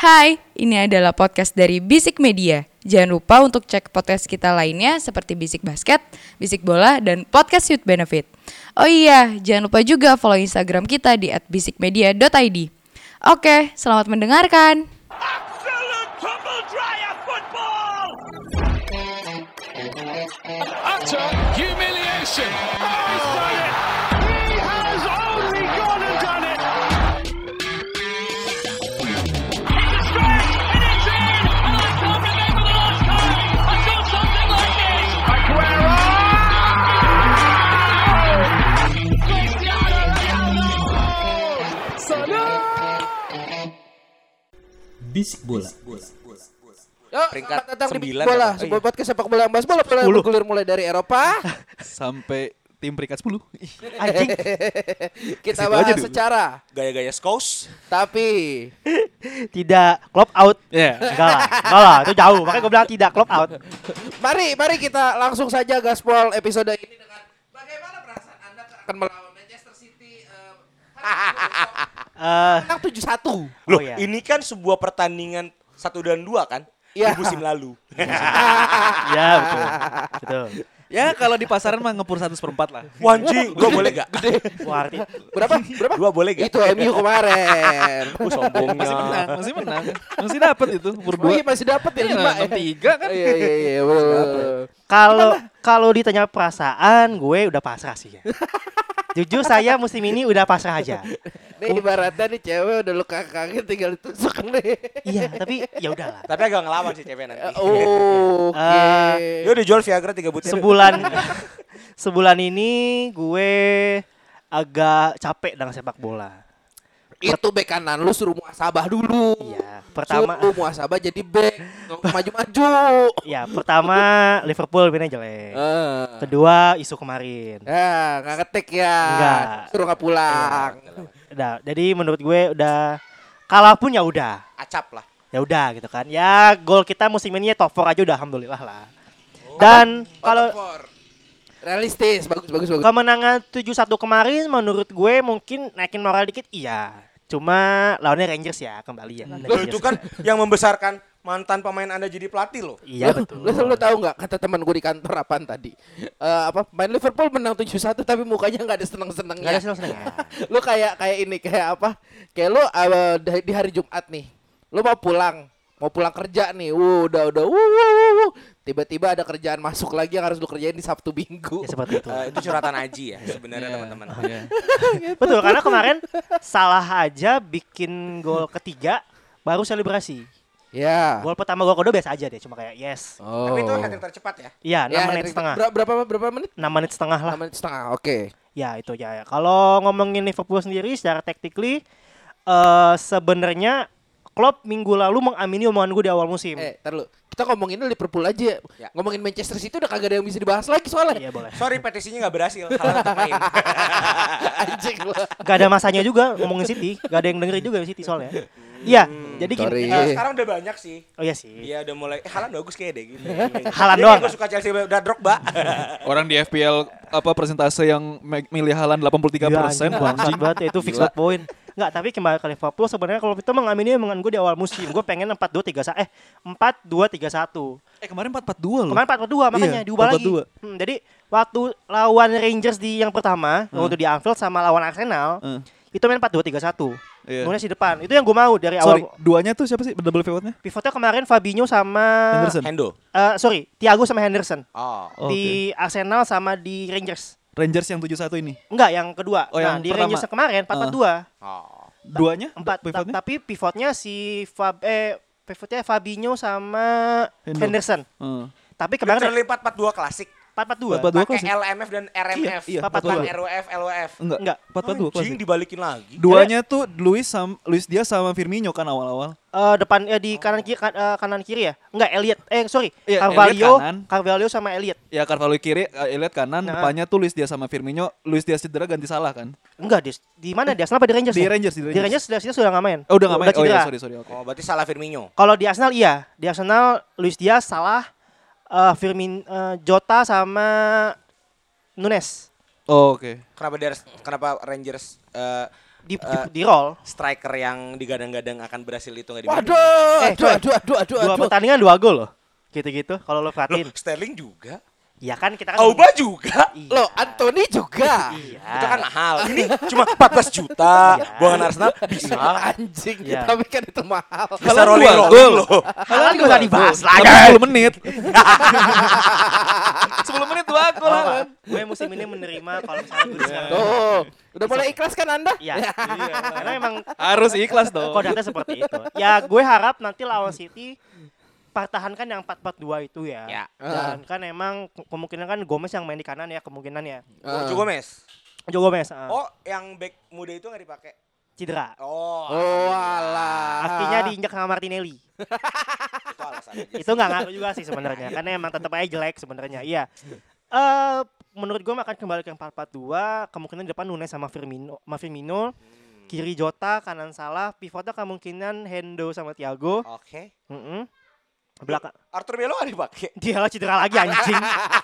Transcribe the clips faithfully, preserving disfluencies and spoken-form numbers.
Hai, ini adalah podcast dari Bisik Media. Jangan lupa untuk cek podcast kita lainnya seperti Bisik Basket, Bisik Bola, dan Podcast Youth Benefit. Oh iya, jangan lupa juga follow Instagram kita di at bisikmedia dot i d. Oke, selamat mendengarkan. Absolute tumble dryer football! Utter humiliation. Oh, he's done it! He has only gone and done it! It's a stretch, and it's in! And I can't remember the last time I saw something like this! Aguero! Cristiano Ronaldo! Salah! Bisik Bola. Yuk, Peringkat selamat datang di sembilan Bola, apa? sebuah podcast sepak bola yang bahas bola bola yang bergulir mulai dari Eropa. Sampai tim peringkat sepuluh. Anjing. Kita Kesitu aja bahas dulu. secara, Gaya-gaya skos. tapi Tidak klop out. Ya. Enggak lah, enggak lah, itu jauh. Makanya gue bilang tidak klop out. mari mari kita langsung saja gaspol episode ini dengan bagaimana perasaan Anda akan melawan Manchester City eh, Eh, menang tujuh satu. Loh, Oh, iya. ini kan sebuah pertandingan satu dan dua kan? Iya. Di musim lalu. ya betul. Betul. Ya kalau di pasaran mah ngepur satu seperempat lah. Wanji, gua boleh gak? Wah, arti Berapa? Berapa? Dua boleh gak? Itu M U kemarin. Oh, sombongnya. Masih menang, masih menang. Masih dapat itu Oh berdua. iya masih dapat ya lima ya. tiga kan. Iya iya iya. betul. Kalau kalau ditanya perasaan, gue udah pasrah sih ya. Jujur saya musim ini udah pasrah aja. Nih ibaratnya nih cewek udah luka kaget tinggal ditusuk nih. Iya, tapi ya udahlah. Tapi agak ngelawan sih cewek nanti. Oh, oke. Eh, Dia udah jual Viagra tiga butir. Sebulan sebulan ini gue agak capek dengan sepak bola. Itu bek kanan lu suruh muasabah dulu. Iya, pertama Suruh muasabah jadi bek maju-maju. ya, pertama Liverpool mainnya jelek. Eh. Kedua isu kemarin. Ya, nggak ngetik ya. Enggak. Suruh nggak pulang. Udah, jadi menurut gue udah kalaupun ya udah. Acap lah. Ya udah gitu kan. Ya gol kita musim ini ya top four aja udah alhamdulillah lah. Dan kalau Otopor. Realistis, bagus bagus bagus. kemenangan tujuh satu kemarin menurut gue mungkin naikin moral dikit iya. Cuma lawannya Rangers ya kembali ya. Loh, itu kan yang membesarkan mantan pemain Anda jadi pelatih loh. Iya betul. Lu, lu tahu nggak kata teman gue di kantor apaan tadi? Eh, apa main Liverpool menang tujuh satu tapi mukanya nggak ada seneng-senengnya. Enggak ada senang-senang. Lu kayak kayak ini kayak apa? Kayak lu uh, di hari Jumat nih. Lu mau pulang, mau pulang kerja nih. Wuh, udah udah wuh, wuh, wuh, wuh. Tiba-tiba ada kerjaan masuk lagi yang harus lu kerjain di Sabtu Minggu. Ya seperti itu. Eh, itu curhatan Aji ya sebenarnya Iya. teman-teman. Iya. Betul karena kemarin salah aja bikin gol ketiga baru selebrasi. Ya. Gol pertama gol kedua biasa aja deh cuma kayak yes. Oh. Tapi itu hat-trick tercepat ya. Iya, enam Ya, menit Hendrik, setengah. ber- berapa berapa menit? enam menit setengah lah. enam menit setengah. Oke. Ya itu aja ya. Kalau ngomongin Liverpool sendiri secara tactically eh sebenarnya Klopp minggu lalu mengamini omongan gue di awal musim. Eh, tar lu. Kita ngomongin Liverpool aja. Ya. Ngomongin Manchester City udah kagak ada yang bisa dibahas lagi soalnya. Iya boleh. Sorry petisinya nggak berhasil. Halang untuk main. Anjing lu. Gak ada masanya juga ngomongin City. Gak ada yang dengerin juga City soalnya. Iya. Jadi gini. sorry. eh, Nah, sekarang udah banyak sih. oh iya sih. Iya udah mulai. Eh, Haaland bagus kayak deh gitu. Haaland Jadi doang. Gue suka Chelsea udah Drogba. Orang di F P L apa persentase yang me- milih Haaland delapan puluh tiga Iya, persen. anjing, bangsat banget ya, itu fix Gila. point. Enggak, tapi kembali ke Liverpool sebenarnya kalau kita mengamini omongan gue di awal musim, gue pengen empat dua tiga satu eh empat dua tiga satu. Eh kemarin empat empat dua loh. Kemarin empat empat dua makanya Iya, diubah lagi. empat empat dua. Hmm, jadi waktu lawan Rangers di yang pertama, Hmm. waktu di Anfield sama lawan Arsenal, Hmm. itu main empat dua tiga satu. Iya. Nunes di depan. Itu yang gue mau dari Sorry, awal. duanya tuh siapa sih double pivotnya? Pivotnya kemarin Fabinho sama Henderson. Hendo. eh, sorry, Thiago sama Henderson. Oh. Oh, Di Arsenal sama di Rangers. Rangers yang tujuh satu ini. Enggak, yang kedua. Oh, nah, yang di pertama. Rangers yang kemarin empat empat dua. Oh. Duanya? Empat, ta- pivotnya? tapi pivotnya si Fab eh pivotnya Fabinho sama Hendo. Henderson. Heeh. Tapi kemarin Literally empat empat dua klasik. empat empat dua. empat empat dua Pakai klasik. L M F dan R M F. Iya, iya, empat empat Bukan dua. R O F, L O F. Enggak. Enggak. empat empat dua Anjing klasik. dibalikin lagi. Duanya tuh Luis sama Luis Diaz sama Firmino kan awal-awal. Eh, depan eh, di kanan kiri kan- eh, kanan kiri ya? Enggak, Elliot. Eh sorry, Iya, Carvalho, Elliot kanan. Carvalho sama Elliot. Ya Carvalho kiri, eh, Elliot kanan, Nah. depannya tuh Luis Diaz sama Firmino. Luis Diaz cedera ganti Salah kan? Enggak, di, di mana dia? Arsenal apa di Rangers? Di ya? Rangers, di Di Rangers. Rangers sudah sudah sudah nggak main. Oh, udah enggak main. Oh cedera. iya, sorry sorry. Oke. Oh, berarti salah Firmino. Kalau di Arsenal iya, di Arsenal Luis Diaz salah eh, Firmin eh, Jota sama Nunes. Oh, oke. Kenapa dia kenapa Rangers eh, di, di, Eh, di roll. striker yang digadang-gadang akan berhasil itu nggak dimainin. Waduh, Eh, aduh, coy. aduh, aduh, aduh, Dua aduh. pertandingan dua gol loh. Gitu-gitu kalau lo Loh, perhatiin. Sterling juga. Ya kan kita kan Auba juga. Iya. Loh, Anthony juga. Iya. Itu kan mahal. Ini cuma empat belas juta. Iya. Buangan Arsenal bisa. Anjing, Iya. tapi kan itu mahal. Bisa Haaland rolling dua rolling gol. loh. Haaland gak usah dibahas Dalam lagi. sepuluh menit. sepuluh menit dua gol Oh, Haaland. gue musim ini menerima kalau misalnya gue diserang. Tuh, udah mulai ikhlas kan Anda? Iya. Karena memang Harus ikhlas dong. kodratnya seperti itu. Ya gue harap nanti lawan City pertahankan yang empat empat dua itu ya. Ya. Dan kan emang ke- kemungkinan kan Gomez yang main di kanan ya kemungkinan ya. Ah. Joe Gomez. Joe Gomez ah, Oh, yang back muda itu nggak dipakai. cedera. Oh. Oh, alhamdulillah. alah. Artinya diinjak sama Martinelli. Itu alasan aja. Itu nggak ngaruh juga sih sebenarnya. Karena emang tetap aja jelek sebenarnya. Iya. Eh menurut gue akan kembali ke empat empat dua, kemungkinan di depan Nunes sama Firmino, sama Firmino. Kiri Jota, kanan Salah, pivotnya kemungkinan Hendo sama Thiago. Oke. Heeh. Belakang Arthur Melo nggak dipakai. dia lah cedera lagi anjing.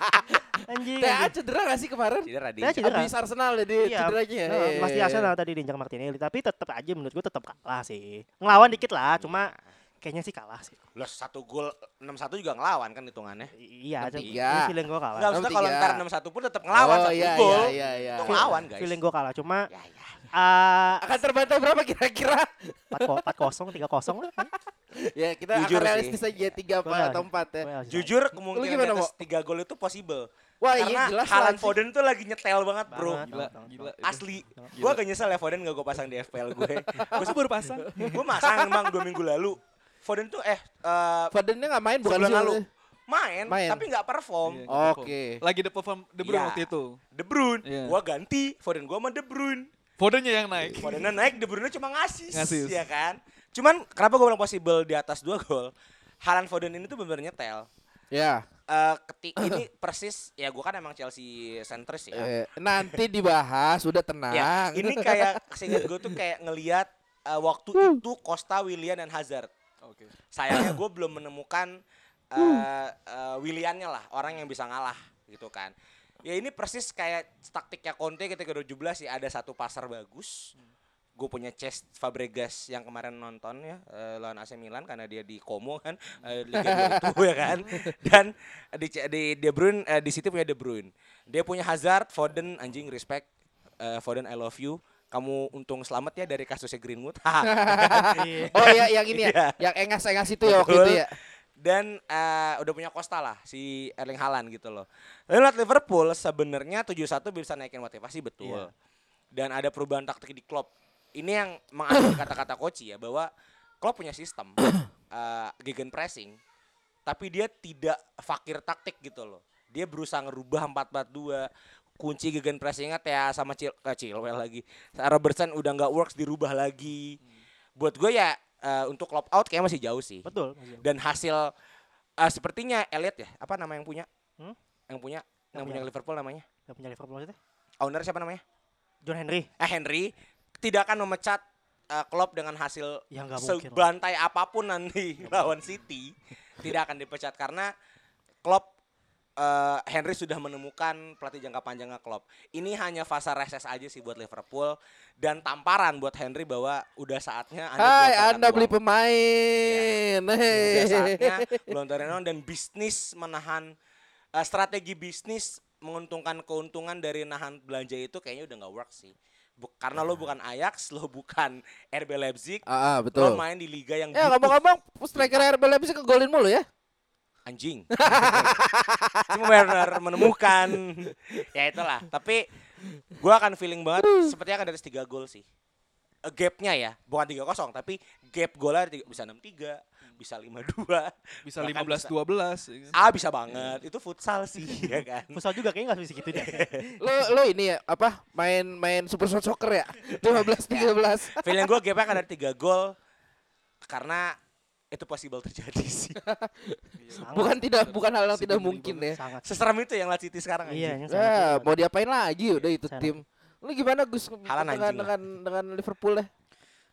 Anjing. T A anjing. cedera gak sih kemarin? Cedera T A dia. cedera. Habis Arsenal jadi Iya, cederanya. nah, masih Arsenal tadi diinjak Martinelli, tapi tetap aja menurut gue tetap kalah sih. Ngelawan dikit lah, cuma kayaknya sih kalah sih. Loh, satu gol enam satu juga ngelawan kan hitungannya. I- Iya, Enam ini tiga. feeling gue kalah. Enggak maksudnya kalau tiga. ntar enam satu pun tetap ngelawan Oh, satu iya, gol. iya, iya, iya. Itu ngelawan, guys. Feeling gue kalah, cuma Ya, ya. eh Akan terbantai berapa kira-kira? empat kosong, tiga kosong lah. Ya, kita Jujur akan sih. realistis aja tiga apa Iya. atau empat ya. Jujur Lu kemungkinan gimana, di atas Mo? tiga gol itu possible. Wah, Karena iya jelas Haaland lah, Foden tuh lagi nyetel banget, bro. Banget. Gila, Tong, gila. Asli. Gue agak nyesel ya Foden gak gue pasang di F P L gue. Gue sih baru pasang. Gue masang emang dua minggu lalu. Foden tuh eh eh, Fodennya nggak main bukan sebulan sih? lalu. Main, Main. tapi gak perform. Iya, Oke. Lagi the perform De Bruyne Iya. waktu itu. De Bruyne, Iya. gua ganti Foden gua sama De Bruyne. Fodennya yang naik. Fodennya naik, De Bruyne cuma ngasih, Ngasih. ya kan? Cuman kenapa gua bilang possible di atas dua gol? Haaland Foden ini tuh bener-bener nyetel. Ya. Eh ketik ini persis ya gua kan emang Chelsea sentris ya. Eh, nanti dibahas, udah tenang. Ya, ini kayak seingat gue tuh kayak ngelihat eh, waktu itu Costa, Willian dan Hazard. Oke. Sayangnya gue belum menemukan uh, uh, Williannya lah, orang yang bisa ngalah gitu kan. Ya ini persis kayak taktiknya Conte ketika dua ribu tujuh belas sih, ada satu pasar bagus. Gue punya Cesc Fabregas yang kemarin nonton ya uh, lawan A C Milan karena dia di Como kan, uh, Liga dua itu ya kan. Dan di di De Bruyne uh, di City punya De Bruyne. Dia punya Hazard, Foden, anjing respect. Uh, Foden I love you. Kamu untung selamat ya dari kasusnya Greenwood. Oh ya, yang ini ya, Iya. yang engas-engas itu ya waktu Betul. itu ya. Dan uh, udah punya Costa lah si Erling Haaland gitu loh. Lalu lihat Liverpool sebenarnya tujuh satu bisa naikin motivasi betul. Iya. Dan ada perubahan taktik di Klopp. Ini yang mengakui kata-kata coach ya bahwa Klopp punya sistem uh, gegen pressing tapi dia tidak fakir taktik gitu loh. Dia berusaha ngerubah empat empat dua. Kunci gegen pressingnya Tea sama Cil eh, Chilwell lagi. Robertson udah nggak works dirubah lagi. Buat gue ya uh, untuk Klopp out kayaknya masih jauh sih. Betul. Dan hasil uh, sepertinya Elliot ya, apa nama yang punya? Hmm? Yang punya yang Yang punya punya. Liverpool namanya? Yang punya Liverpool maksudnya? Owner siapa namanya? John Henry. Eh Henry tidak akan memecat uh, Klopp dengan hasil Ya, nggak mungkin lah. sebantai apapun nanti lawan City. Tidak akan dipecat karena Klopp uh, Henry sudah menemukan pelatih jangka panjangnya Klopp. Ini hanya fase reses aja sih buat Liverpool dan tamparan buat Henry bahwa udah saatnya Anda Hai, gelontorkan Anda beli uang. pemain. Udah Hei. saatnya gelontorin uang dan bisnis menahan uh, strategi bisnis menguntungkan keuntungan dari nahan belanja itu kayaknya udah nggak work sih. Buk- karena lo bukan Ajax, lo bukan R B Leipzig, Ah, ah, lo betul. main di liga yang Ya, butuh ngomong-ngomong, striker R B Leipzig kegolin mulu ya. anjing. Cuma benar menemukan ya itulah. Tapi gue akan feeling banget sepertinya akan dari tiga gol sih. Uh, gapnya ya, bukan tiga kosong tapi gap golnya tiga- bisa enam tiga, bisa lima dua, Bisa bahkan lima belas bisa- dua belas. ya kan? Ah bisa banget, itu futsal sih ya kan. Futsal juga kayaknya nggak bisa gitu deh. Lo lo ini ya apa? Main-main Super Shot Soccer ya? lima belas tiga belas. Feeling gue gapnya akan ada tiga gol karena itu possible terjadi sih. Bukan tidak bukan hal yang tidak mungkin ya. Sangat. Seseram itu yang lihat City sekarang Iya, anjing. ini sangat. Ya, mau diapain lagi udah itu Sangat. tim. Lu gimana Gus Haaland dengan anjing lah. dengan dengan Liverpool ya?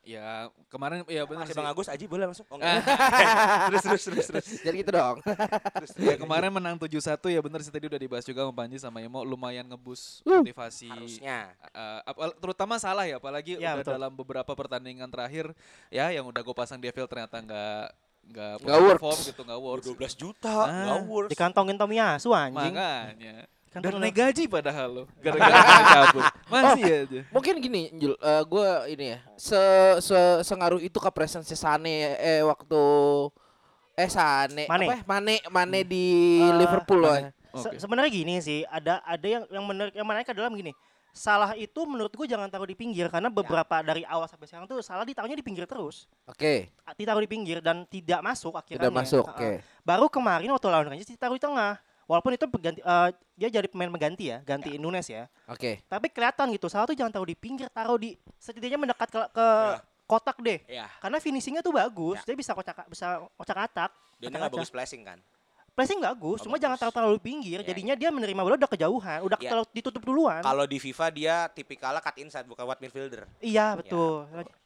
Ya kemarin ya benar Masih sih. Bang Agus, Aji boleh langsung. Oh, enggak. terus terus terus terus. Jadi gitu dong. Ya kemarin menang tujuh satu ya benar sih tadi udah dibahas juga sama Panji sama Imo lumayan ngebus motivasi. Harusnya. Uh, apa- terutama salah ya apalagi Ya, udah betul. dalam beberapa pertandingan terakhir ya yang udah gue pasang di field ternyata nggak nggak Nggak perform works. gitu nggak works. dua belas juta, Ah. enggak worth. Dikantongin Tomiyasu anjing. Makanya Kan dan tuh naik gaji padahal lo gara-gara nggak cabut masih aja. Mungkin gini, Jul, eh, gue ini ya, se se sengaruh itu ke presence Sane eh waktu eh Sane Mane. apa ya? Mane Mane di Eh, Liverpool loh. Mane. Se- Oke. Sebenarnya gini sih, ada ada yang yang menarik yang menarik adalah begini. Salah itu menurut gue jangan taruh di pinggir karena beberapa dari awal sampai sekarang tuh salah ditaruhnya di pinggir terus. Oke, Ah, Ditaruh di pinggir dan tidak masuk akhirnya. tidak masuk. Ah, ah. Oke. Baru kemarin waktu lawan Rangers ditaruh di tengah. Walaupun itu pengganti, eh, dia jadi pemain pengganti ya, ganti Indonesia ya. Oke. Tapi kelihatan gitu, salah tuh jangan taruh di pinggir, taruh di setidaknya mendekat ke, ke Ya. kotak deh. Iya. Karena finishingnya tuh bagus, Ya. dia bisa kocak bisa kocak atak. Dan dia enggak bagus flashing kan. Placing bagus, Oh, cuma bagus. jangan taruh terlalu pinggir. Ya, Jadinya dia menerima bola udah kejauhan, udah Ya. kalau ditutup duluan. Kalau di FIFA dia tipikalnya cut inside bukan wide midfielder. Iya betul.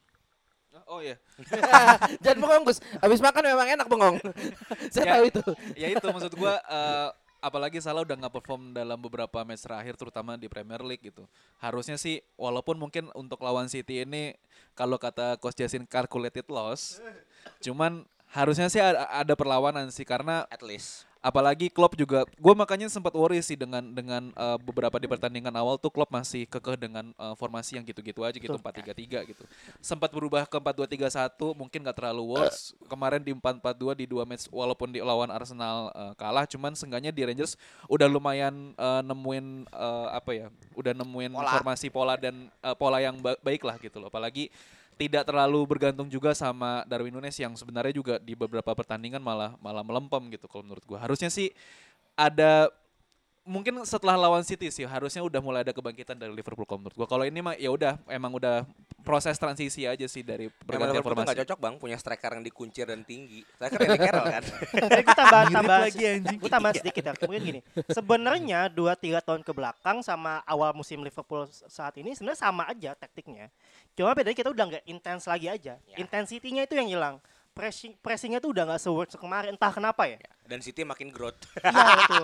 Oh iya. Jangan bengong Gus. Habis makan memang enak bengong. Saya Ya. tahu itu. Ya itu maksud gua eh, apalagi Salah udah nggak perform dalam beberapa match terakhir terutama di Premier League gitu. Harusnya sih walaupun mungkin untuk lawan City ini kalau kata Coach Jasin calculated loss, cuman harusnya sih ada, ada perlawanan sih karena At least. apalagi Klopp juga gue makanya sempat worry sih dengan dengan uh, beberapa di pertandingan awal tuh Klopp masih kekeh dengan uh, formasi yang gitu-gitu aja gitu Betul. empat tiga tiga gitu. Sempat berubah ke empat dua tiga satu mungkin gak terlalu worse. Kemarin di empat empat dua di dua match walaupun di lawan Arsenal uh, kalah cuman seenggaknya di Rangers udah lumayan uh, nemuin uh, apa ya? Udah nemuin Pola. formasi pola dan uh, pola yang ba- baik lah gitu loh. Apalagi tidak terlalu bergantung juga sama Darwin Núñez yang sebenarnya juga di beberapa pertandingan malah malah melempem gitu kalau menurut gua. Harusnya sih ada mungkin setelah lawan City sih harusnya udah mulai ada kebangkitan dari Liverpool kalau menurut gua. Kalau ini mah ya udah emang udah proses transisi aja sih dari Emang pergantian Liverpool tuh formasi. nggak cocok bang punya striker yang dikuncir dan tinggi. Striker Andy Carroll kan. Jadi gue tambah Mirip tambah lagi, anjing. gue tambah sedikit ya. Kemudian gini, sebenarnya dua tiga tahun ke belakang sama awal musim Liverpool saat ini sebenarnya sama aja taktiknya. Cuma bedanya kita udah nggak intens lagi aja. Ya. Intensitinya itu yang hilang. Pressing pressingnya tuh udah nggak se-worth kemarin. Entah kenapa ya. Dan City makin growth. Iya betul.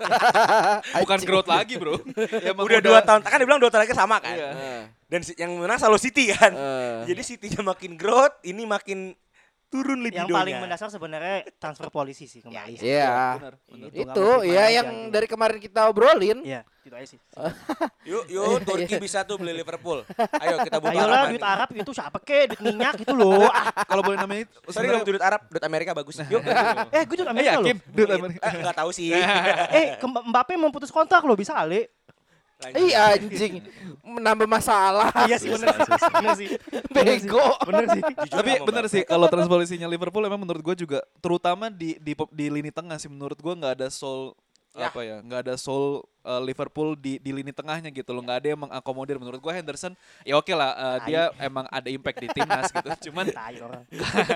Bukan growth lagi, Bro. Ya, emang udah dua tahun. Kan dia bilang dua tahun lagi sama kan. Iya. Eh, Dan si- yang menang selalu City kan. eh. Jadi City-nya makin growth, ini makin turun libidonya. Yang paling mendasar sebenarnya transfer polisi sih kembali. sih. Iya. Benar, benar. Itu nggak Itu mau ya aja yang gitu. dari kemarin kita obrolin. Iya, itu aja sih. Yuk, yuk Turki bisa tuh beli Liverpool. Ayo kita buka Ayolah harapan duit nih. Arab itu siapa ke duit minyak gitu loh. Ah, Kalau boleh namanya itu Sorry kalau duit Arab, duit Amerika bagus. Yuk. eh gue juga Eh, Amerika loh. yakin duit Amerika. Eh, Enggak tahu sih. Eh ke Mbappe mau putus kontrak loh bisa kali. Lanjut. Iya anjing. Menambah masalah. Iya sih bener sih. Bener sih. Bego. Bener sih. Jujur Tapi sama benar Bapak. sih kalau transpolisinya Liverpool emang menurut gue juga terutama di di di lini tengah sih menurut gue nggak ada soul Ya. apa ya nggak ada soul uh, Liverpool di di lini tengahnya gitu loh nggak ada yang mengakomodir menurut gue Henderson ya oke lah uh, dia emang ada impact di timnas gitu cuman Tai orang.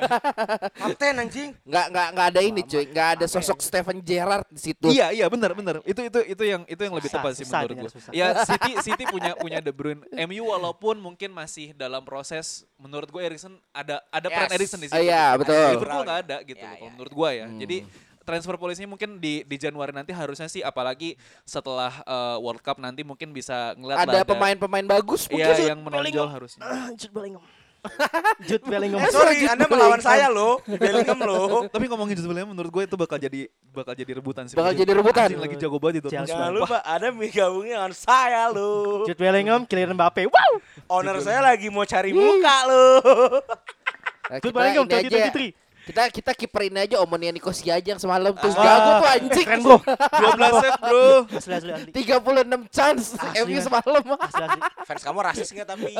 Kapten anjing. Nggak nggak nggak ada ini cuy. Nggak ada sosok Steven Gerrard di situ. iya iya benar benar itu itu itu yang itu yang lebih Susah, tepat sih susah menurut benar, gue susah. ya City City punya punya De Bruyne M U walaupun mungkin masih dalam proses menurut gue Erikson ada ada peran Yes. Erikson di Ah, situ iya, gitu. betul. Liverpool nggak ada gitu Ya, loh, kalau ya, menurut gue ya Hmm. jadi transfer polisinya mungkin di di Januari nanti harusnya sih apalagi setelah uh, World Cup nanti mungkin bisa ngeliat Ada lah pemain-pemain bagus iya mungkin. yang menonjol harusnya. Ah, Jude Bellingham. Jude Bellingham. Eh sorry, Jude Anda melawan Bellingham. saya loh. Bellingham loh. Tapi ngomongin Jude Bellingham menurut gue itu bakal jadi bakal jadi rebutan sih. Bakal jadi rebutan. Anjing, lagi jago banget itu. Chelsea. Jangan lupa ada gabungnya dengan saya loh. Jude Bellingham, Kylian Mbappe. Wow. Owner saya lagi mau cari muka loh. Nah, Jude kita Bellingham ini aja. dua ribu dua puluh tiga. Kita kita kiperin aja Omonia Nicosia aja yang semalam tuh Ah. jago tuh anjing. Keren bro. dua belas set, Bro. Asli asli asli. tiga puluh enam chance Asli, M U kan? semalam. Asli asli. Fans kamu rasis nggak tapi?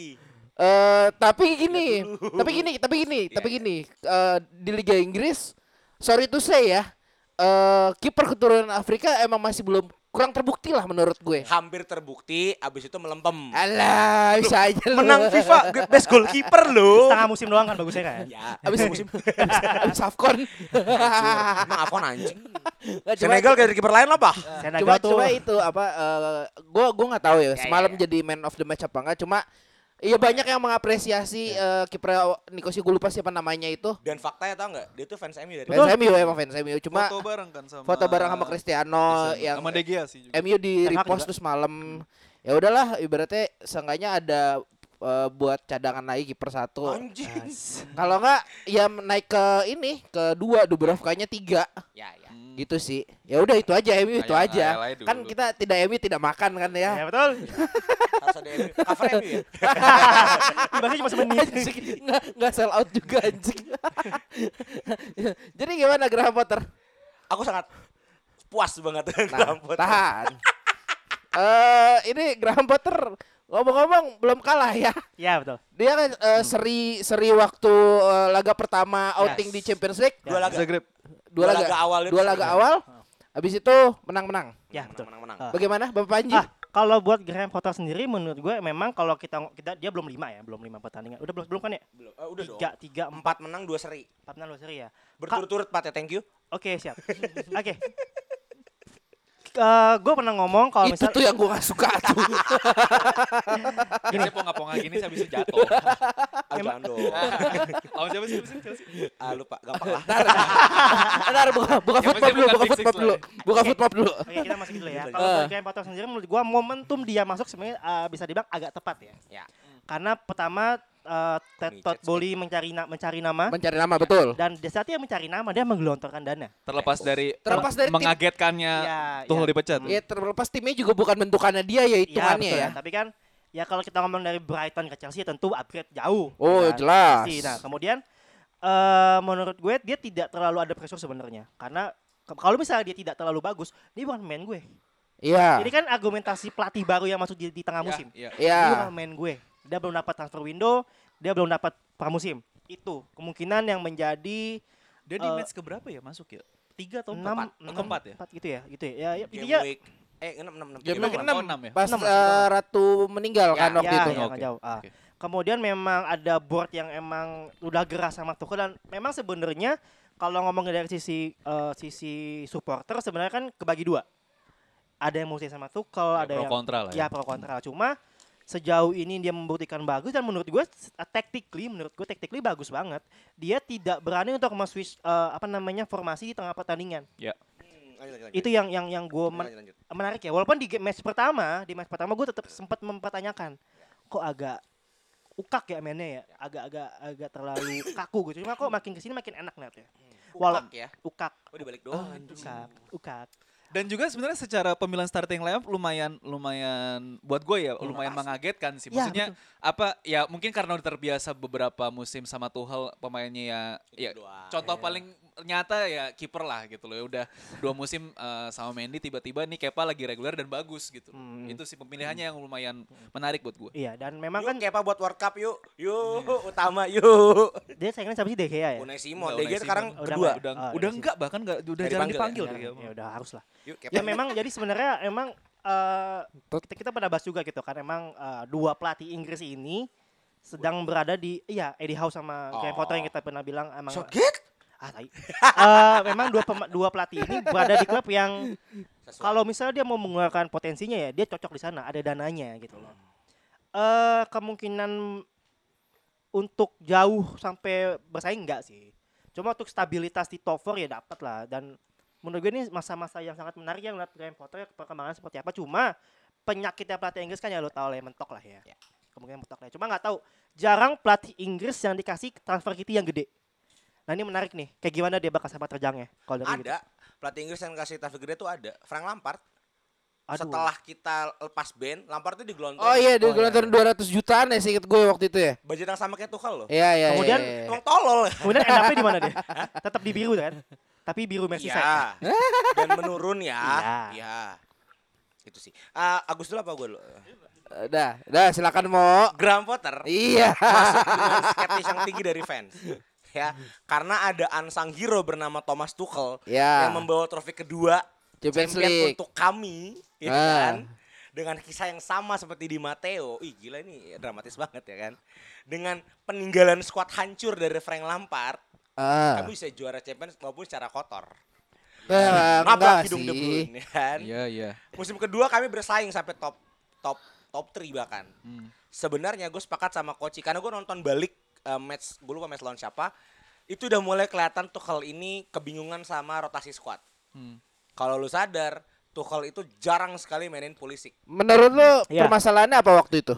Eh tapi gini, tapi gini, tapi gini, tapi gini, eh, di Liga Inggris, sorry to say ya, eh kiper keturunan Afrika emang masih belum kurang terbukti lah menurut gue. Hampir terbukti, abis itu melempem. Alah, bisa aja lu. Menang FIFA Great Best Goalkeeper loh. Setengah musim doang kan bagusnya kan. Ya, Abis musim, abis, abis Afcon. Emang Afon anjing. Nggak, cuma- Senegal kayak kiper lain apa? Senegal Cuma tuh. cuma itu apa? eh gue gue nggak tahu ya. Ya, Semalam ya, ya. jadi man of the match apa enggak? Cuma Iya banyak yang mengapresiasi eh, kiper Nicosia, gue lupa siapa namanya itu. Dan faktanya tau nggak? Dia tuh fans M U dari Fans M U emang fans M U, cuma Foto bareng kan sama foto bareng sama Cristiano yang sama De Gea sih juga. M U di Ten Hag repost juga. terus malam. Ya udahlah, ibaratnya seenggaknya ada eh, buat cadangan lagi kiper satu. Anjing. Kalau enggak ya naik ke ini ke dua, Dubravkanya tiga. Ya ya. Gitu sih. Ya udah itu aja M U itu Kayak aja. ngayal aja dulu. Kan kita tidak M U tidak makan kan ya. Ya betul. Harus ada M U. Cover M U ya. Dibahasnya cuma semenit. Anjing, nggak nggak sell out juga anjing. Jadi gimana Graham Potter? Aku sangat puas banget dengan Nah, Graham Potter. tahan. Eh ini Graham Potter ngomong-ngomong belum kalah ya. Ya betul. Dia kan eh, seri seri waktu eh, laga pertama outing Yes. di Champions League. Dua laga. Zagreb. Dua, Dua laga, laga awal itu Dua seri. laga awal. Habis itu menang-menang. Ya Menang, betul. menang, menang. Ah. Bagaimana Bapak Panji? Ah, kalau buat Graham Potter sendiri menurut gue memang kalau kita kita dia belum lima ya, belum lima pertandingan. Udah belum belum kan ya? Belum. Eh, udah dong. Tiga, tiga, empat, Empat menang dua seri. empat menang dua seri ya. Berturut-turut Pat ya, thank you. Oke siap. Oke. Eh, gue pernah ngomong kalau Itu misal tuh yang gue gak suka tuh. Gini saya ponga-ponga gini saya bisa jatuh. Ah, jangan dong. Lawan siapa sih? Chelsea? Chelsea? Ah, lupa. Gampang lah. Ntar buka buka Yang football penting dulu, bukan buka Big Six football lah dulu. ya. Buka football dulu. Oke kita masuk dulu ya. Lanjut, Kalau lanjut. buat Graham Potter sendiri menurut gue momentum dia masuk sebenarnya eh, bisa dibilang agak tepat ya. Ya. Karena pertama uh, Micet Todd sih. Bowley mencari na- mencari nama Mencari nama betul. dan di saat dia mencari nama dia menggelontorkan dana. Terlepas dari Terlepas dari tim- mengagetkannya Ya, Tuchel ya. dipecat. Ya terlepas timnya juga bukan bentukannya dia ya hitungannya betul. ya. Tapi kan ya kalau kita ngomong dari Brighton ke Chelsea tentu upgrade jauh. Oh, ya kan? jelas. Pasti. Nah kemudian eh menurut gue dia tidak terlalu ada pressure sebenarnya karena ke- kalau misalnya dia tidak terlalu bagus dia bukan main gue. Iya. Ini kan argumentasi pelatih baru yang masuk di, di tengah musim. Iya. Iya. Dia bukan main gue. Dia belum dapat transfer window, dia belum dapat pramusim. Itu kemungkinan yang menjadi Dia di Eh, match keberapa ya masuk ya? Tiga atau enam, empat? Oh, enam, keempat ya? empat gitu ya, gitu ya. Ya, ya Game intinya week. Eh, enam enam enam. Game Game week enam. enam Oh, enam ya? pas Enam, eh, enam. Ratu meninggal Ya, kan waktu ya, itu. ya, Oke, nggak jauh. Ah. oke. Kemudian memang ada board yang emang udah geras sama Tuchel dan memang sebenarnya kalau ngomong dari sisi eh, sisi supporter sebenarnya kan kebagi dua. Ada yang musuhin sama Tuchel, Ya, ada pro yang kontra lah ya ya. pro kontra. Cuma sejauh ini dia membuktikan bagus dan menurut gue uh, tactically menurut gue tactically bagus banget. Dia tidak berani untuk men-switch uh, apa namanya formasi di tengah pertandingan. Ya. Hmm, lanjut, lanjut, lanjut. Itu yang yang yang gue men- Lanjut, lanjut. menarik ya. Walaupun di game match pertama, di match pertama gue tetap sempat mempertanyakan kok agak ukak ya mainnya ya, agak-agak agak terlalu kaku gitu. Cuma kok makin kesini makin enak liatnya. Walau Ukak ya. ukak, Oh, dibalik doang. ukak, ukak. Dan juga sebenarnya secara pemilihan starting lineup lumayan lumayan buat gue ya lumayan mengagetkan sih. Ya, Maksudnya apa ya mungkin karena udah terbiasa beberapa musim sama Tuchel pemainnya ya ya Itu doang. contoh paling nyata ya kiper lah gitu loh. Ya udah dua musim eh, sama Mendy tiba-tiba nih Kepa lagi reguler dan bagus gitu. loh. Hmm. Itu sih pemilihannya yang lumayan menarik buat gue. Iya, dan memang Yuk, kan Kepa buat World Cup yuk. Yuk, utama yuk. dia saingan siapa sih De Gea ya? Unai Simon. Enggak, D G Unai sekarang Simon. Udah kedua. enggak? Udah Ah, udah iya, enggak bahkan enggak udah Udah jarang dipanggil dipanggil ya? dia. Ya udah harus lah. Yuk, Kepa. Ya memang jadi sebenarnya emang eh kita, kita pernah bahas juga gitu kan emang eh, dua pelatih Inggris ini sedang berada di iya Eddie Howe sama Graham Oh. Potter yang kita pernah bilang emang Soget. ah tai. Eh, memang dua pema- dua pelatih ini berada di klub yang Sesuai. kalau misalnya dia mau mengeluarkan potensinya ya dia cocok di sana, ada dananya gitu loh. Eh kemungkinan untuk jauh sampai bersaing enggak sih. Cuma untuk stabilitas di top empat ya dapat lah dan menurut gue ini masa-masa yang sangat menarik yang lihat Graham Potter perkembangan seperti apa. Cuma penyakitnya pelatih Inggris kan ya lo tau lah ya, mentok lah ya. Ya. Kemungkinan mentok lah. Cuma nggak tahu jarang pelatih Inggris yang dikasih transfer fee yang gede. Nah ini menarik nih, kayak gimana dia bakal sepak terjangnya kalau dari gitu. Ada. Pelatih Inggris yang kasih transfer gede tuh ada. Frank Lampard. Aduh. Setelah kita lepas band, Lampard tuh digelontor. Oh iya, dia Oh, iya. gelontorin dua ratus jutaan ya seinget gue waktu itu ya. Budget yang sama kayak Tuchel loh. Iya iya. Kemudian iya, iya. Emang tolol. Kemudian end up-nya di mana dia? Tetap di biru kan? Tapi biru Merseyside. Iya. Dan menurun ya. Iya. Iya. Itu sih. Ah, Agus dulu apa gue dulu? Udah, udah silakan Mo. Graham Potter Iya. masuk dengan skeptis yang tinggi dari fans. Ya, karena ada unsung hero bernama Thomas Tuchel Ya. yang membawa trofi kedua Champions champion League. untuk kami, ya Ah. kan? Dengan kisah yang sama seperti di Matteo. Ih, gila ini dramatis banget ya kan. Dengan peninggalan skuad hancur dari Frank Lampard, Ah. kami bisa juara Champions maupun secara kotor. Eh, Nabrak enggak hidung De sih. Bruyne, ya kan? Iya iya. Musim kedua kami bersaing sampai top top top tiga bahkan. Hmm. sebenarnya gue sepakat sama Koci karena gue nonton balik uh, match, gue lupa match lawan siapa. Itu udah mulai kelihatan Tuchel ini kebingungan sama rotasi squad. Hmm. Kalau lu sadar, Tuchel itu jarang sekali mainin Pulisic. Menurut lu Iya. permasalahannya apa waktu itu?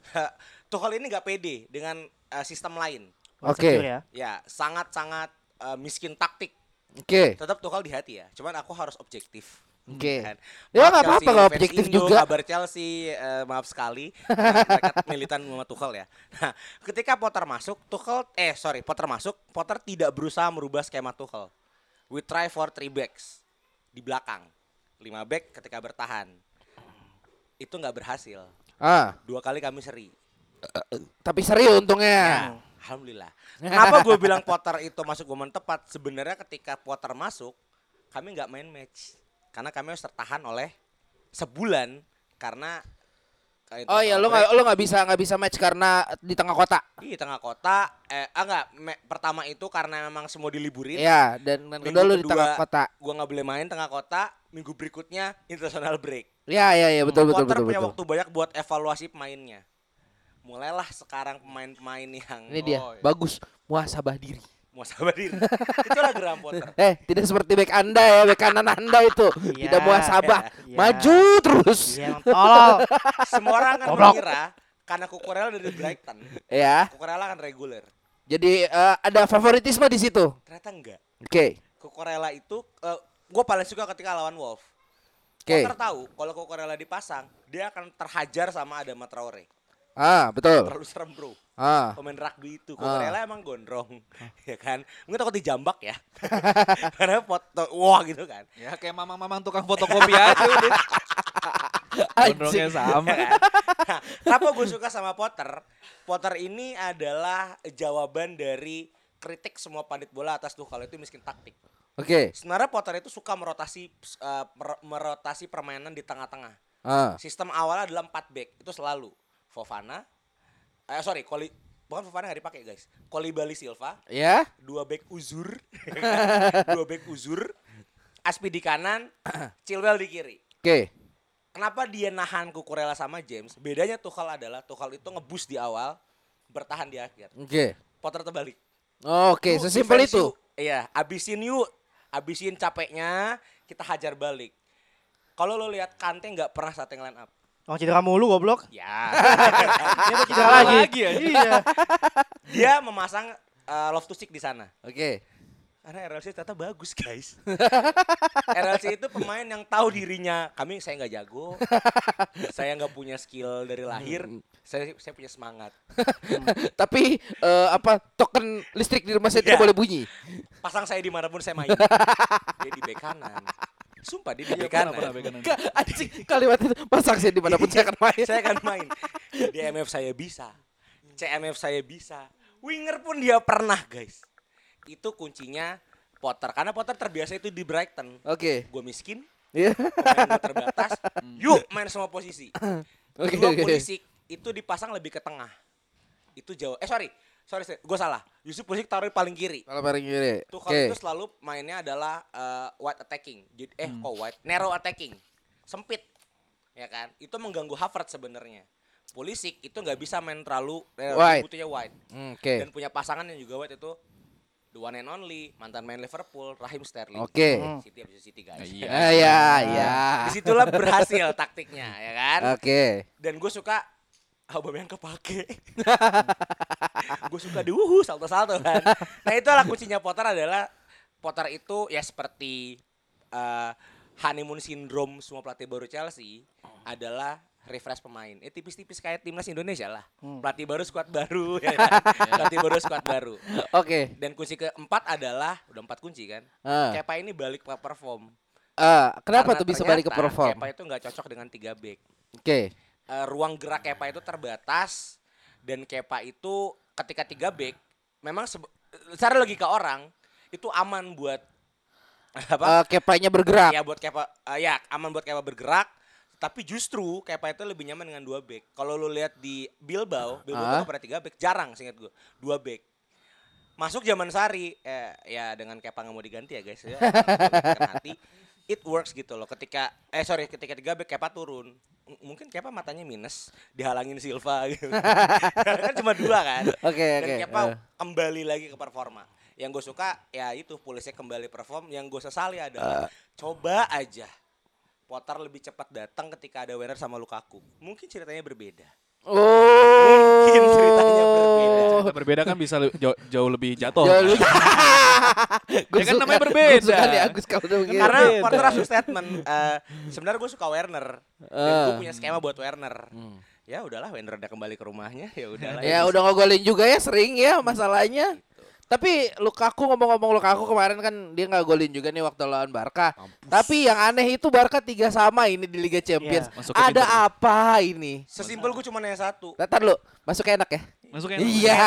Tuchel ini nggak pede dengan uh, sistem lain. Oke. Secure ya. Ya, sangat-sangat uh, miskin taktik. Oke. Tetap Tuchel di hati ya. Cuman aku harus objektif. Oke. Kan? Ya Maaf nggak Chelsea apa-apa nggak fans objektif Indo, juga. Kabar Chelsea, eh, maaf sekali. Nah, mereka militan sama Tuchel ya. Nah, ketika Potter masuk, Tuchel eh sorry Potter masuk, Potter tidak berusaha merubah skema Tuchel. We try for three backs di belakang, lima back ketika bertahan. Itu nggak berhasil. Ah, Dua kali kami seri. tapi serius untungnya. Ya, alhamdulillah. Kenapa gue bilang Potter itu masuk momen tepat? Sebenarnya ketika Potter masuk, kami nggak main match. Karena kami harus tertahan oleh sebulan karena Oh iya, lu nggak lu nggak bisa nggak bisa match karena di tengah kota. di tengah kota eh ah enggak me- pertama itu karena memang semua diliburin. Iya, dan dan Minggu kedua lu di kedua, tengah kota. Gua nggak boleh main tengah kota, minggu berikutnya international break. Iya iya iya betul betul Potter betul punya betul. waktu banyak buat evaluasi pemainnya. Mulailah sekarang pemain-pemain yang Ini dia, Oh, iya. bagus. Muhasabah diri. mau sabar diri. Itulah Graham Potter. Eh, tidak seperti bek Anda ya, bek kanan Anda itu. Iya, Tidak muhasabah, iya. maju terus. Iya, emang tolol. Semua orang kan Goblok. mengira karena Cucurella dari Brighton, Ya. Cucurella kan reguler. Jadi eh, ada favoritisme di situ. Ternyata enggak. Oke. Cucurella itu uh, gue paling suka ketika lawan Wolf. Oke. Potter tahu kalau Cucurella dipasang, dia akan terhajar sama Adama Traore. Ah, betul. Terlalu serem, Bro. Ah. Pemain rugby itu, Ah. Cucurella emang gondrong, ya kan? Mungkin takut dijambak ya. Karena foto, wah gitu kan. Ya kayak mamang-mamang tukang fotokopi aja udah. Gondrongnya sama. Ya kan? Nah, kenapa gue suka sama Potter? Potter ini adalah jawaban dari kritik semua pandit bola atas Tuchel itu miskin taktik. Oke. Sebenarnya Potter itu suka merotasi uh, mer- merotasi permainan di tengah-tengah. Ah. Sistem awalnya adalah empat back itu selalu Fofana, eh sorry, Koli, bukan Fofana nggak dipakai guys. Koulibaly Silva, Ya. dua back uzur, dua back uzur, Aspi di kanan, Chilwell di kiri. Oke. Kenapa dia nahan Cucurella sama James? Bedanya Tuchel adalah Tuchel itu ngebus di awal, bertahan di akhir. Oke. Potter terbalik. Oke, Lu sesimpel defense itu. yuk. Iya, abisin yuk, abisin capeknya, kita hajar balik. Kalau lo lihat Kante nggak pernah starting line up. Oh, cedera mulu goblok. Ya. Dia mau cedera lagi. Lagi ya? Iya. Dia memasang uh, Love to Stick di sana. Oke. Karena R L C ternyata bagus guys. R L C itu pemain yang tahu dirinya. Kami saya nggak jago, saya nggak punya skill dari lahir. Saya saya punya semangat. Tapi eh, apa token listrik di rumah saya Iya. tidak boleh bunyi. Pasang saya dimanapun saya main. Dia di bek kanan. Sumpah dia di Iya, bek pernah, kanan. pernah, bek kanan. Ka- Anjing kalimat itu pasang saya dimanapun saya akan main. Saya akan main. Di M F saya bisa. C M F saya bisa. Winger pun dia pernah guys. Itu kuncinya Potter. Karena Potter terbiasa itu di Brighton. Oke. Gue miskin, Iya. pemain gue terbatas. Yuk main semua posisi. Oke, Kedua oke. Pulisic itu dipasang lebih ke tengah. Itu jauh. Eh sorry, sorry, gue salah. Justru Pulisic taruh paling kiri. Kalau paling kiri. Tuh Oke. kalau itu selalu mainnya adalah uh, wide attacking. Jadi eh kok wide, narrow attacking. Sempit. Ya kan? Itu mengganggu Havertz sebenarnya. Pulisic itu nggak bisa main terlalu eh, Wide. butuhnya wide. Hmm, Oke. Dan punya pasangan yang juga wide itu the one and only mantan main Liverpool Raheem Sterling. Oke. City habis City guys. Iya. Ah, ya, ya. Disitulah berhasil taktiknya ya kan. Oke. Dan gue suka Aubameyang kepake. Gue suka di wuhu salto-salto kan. Nah itulah kuncinya Potter adalah Potter itu ya seperti uh, honeymoon syndrome semua pelatih baru Chelsea adalah refresh pemain. Eh tipis-tipis kayak timnas Indonesia lah. Pelatih baru, skuad baru. Ya kan? Pelatih baru, skuad baru. Oke. Dan kunci keempat adalah udah empat kunci kan. Ah. Kepa ini balik ke perform. Ah, kenapa Karena tuh bisa ternyata balik ke perform? Kepa itu nggak cocok dengan tiga back. Oke. Uh, ruang gerak Kepa itu terbatas dan Kepa itu ketika tiga back memang sebe- secara logika orang itu aman buat apa? Eh, Kepanya bergerak. Ya buat Kepa uh, ya aman buat Kepa bergerak. Tapi justru Kepa itu lebih nyaman dengan dua back. Kalau lu lihat di Bilbao, Bilbao Ah. itu pernah tiga back, jarang seingat gue. Dua back. Masuk zaman Sari, eh, ya dengan Kepa nggak mau diganti ya guys ya. Dengan hati. it works gitu loh. Ketika eh sorry ketika tiga back Kepa turun, M- mungkin Kepa matanya minus, dihalangin Silva gitu. Kan cuma dua kan. Oke Dan oke. Kepa Eh. kembali lagi ke performa. Yang gue suka ya itu Pulisic kembali perform. Yang gue sesali adalah coba aja Potter lebih cepat datang ketika ada Werner sama Lukaku. Mungkin ceritanya berbeda. Oh. Mungkin ceritanya berbeda. Cerita berbeda kan bisa le- jauh, jauh lebih jatuh. Jauh lebih- Gua Ya kan suka- namanya berbeda. Gua suka nih Agus kalau udah begitu. Karena Berbeda. Potter harus statement. eh, sebenarnya gue suka Werner. Dan gue Eh. punya skema buat Werner. Ya udahlah Werner udah kembali ke rumahnya. Ya udahlah. Ya udah ngegolin juga ya sering ya masalahnya. Tapi Lukaku ngomong-ngomong Lukaku kemarin kan dia nggak golin juga nih waktu lawan Barca. Tapi yang aneh itu Barca tiga sama ini di Liga Champions. Iya. Masuk ke Ada pintu. apa ini? Sesimpel gue cuma nanya satu. Ntar lu masuknya enak ya? Masuknya Iya.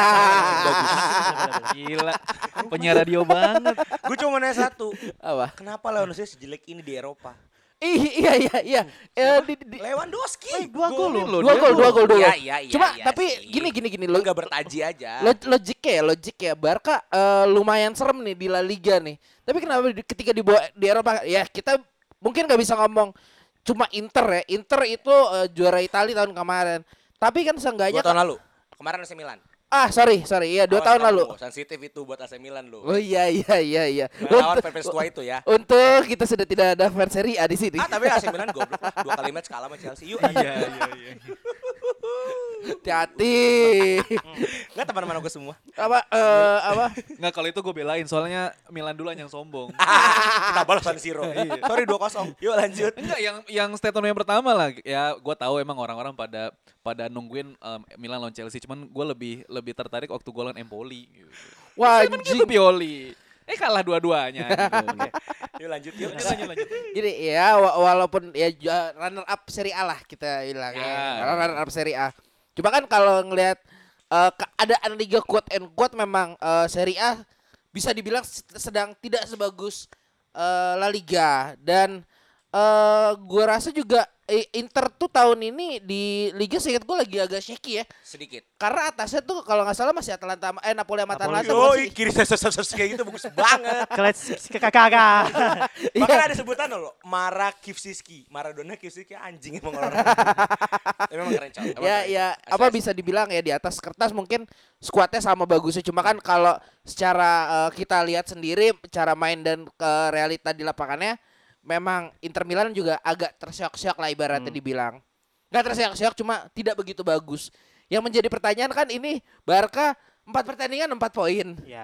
Gila. Penyiar radio banget. Gue cuma nanya satu. Apa? Kenapa Lewandowski sejelek ini di Eropa? Ih, iya iya iya. Eh, di, di, Lewandowski. dua gol loh. dua gol, dua gol, dua gol. Iya, iya, iya, Cuma iya tapi sih. gini gini gini Lu lo gak bertaji aja. Log- logiknya ya, logik ya. Barca eh, lumayan serem nih di La Liga nih. Tapi kenapa di- ketika dibawa di Eropa ya kita mungkin nggak bisa ngomong cuma Inter ya. Inter itu eh, juara Italia tahun kemarin. Tapi kan Dua seenggaknya tahun lalu. Kemarin A C Milan. ah sorry sorry iya dua Awas tahun kamu, lalu. Sensitif itu buat A C Milan lo. Oh iya iya iya iya. Lawan Untuk, Perpes tua itu ya. untuk kita sudah tidak ada fans Serie A di sini. Ah tapi A C Milan goblok lah. Dua kali match kalah sama Chelsea. Yuk. Iya, iya, iya. Hati-hati. Enggak teman-teman aku semua. apa eh, apa? Nggak, kalau itu gue belain soalnya Milan duluan yang sombong. Kita balas San Siro. Sorry dua kosong. Yuk lanjut. Enggak, yang yang statement yang pertama lah. Ya, gue tahu emang orang-orang pada pada nungguin um, Milan lawan Chelsea. Cuman gue lebih lebih tertarik waktu gue lawan Empoli. Gitu. Wah Emang anjing. gitu Pioli. Eh kalah dua-duanya. Gitu. Yuk lanjut yuk. Lanjut, lanjut, lanjut. Jadi ya wa- walaupun ya ju- runner up Serie A lah kita bilang ya. Ya. Runner up Serie A. Cuma kan kalau ngelihat eh, keadaan liga quote and quote memang eh, Serie A bisa dibilang s- sedang tidak sebagus eh, La Liga dan eh gua rasa juga eh, Inter tuh tahun ini di liga seingat gua lagi agak shaky ya. Sedikit. Karena atasnya tuh kalau nggak salah masih Atalanta eh Napoli sama Atalanta Yo, masih. kiri ses kayak gitu bagus banget. Kelet kakak. Bahkan Iya. ada sebutan loh, Mara Kivsiski, Maradona Kivsiski anjing emang orang. Tapi emang keren cowok. emang Ya keren. ya Asli, apa asli. bisa dibilang ya di atas kertas mungkin skuadnya sama bagusnya cuma kan kalau secara eh, kita lihat sendiri cara main dan ke realita di lapangannya memang Inter Milan juga agak terseok-seok lah ibaratnya dibilang. Nggak terseok-seok cuma tidak begitu bagus. Yang menjadi pertanyaan kan ini Barca empat pertandingan empat poin. Ya.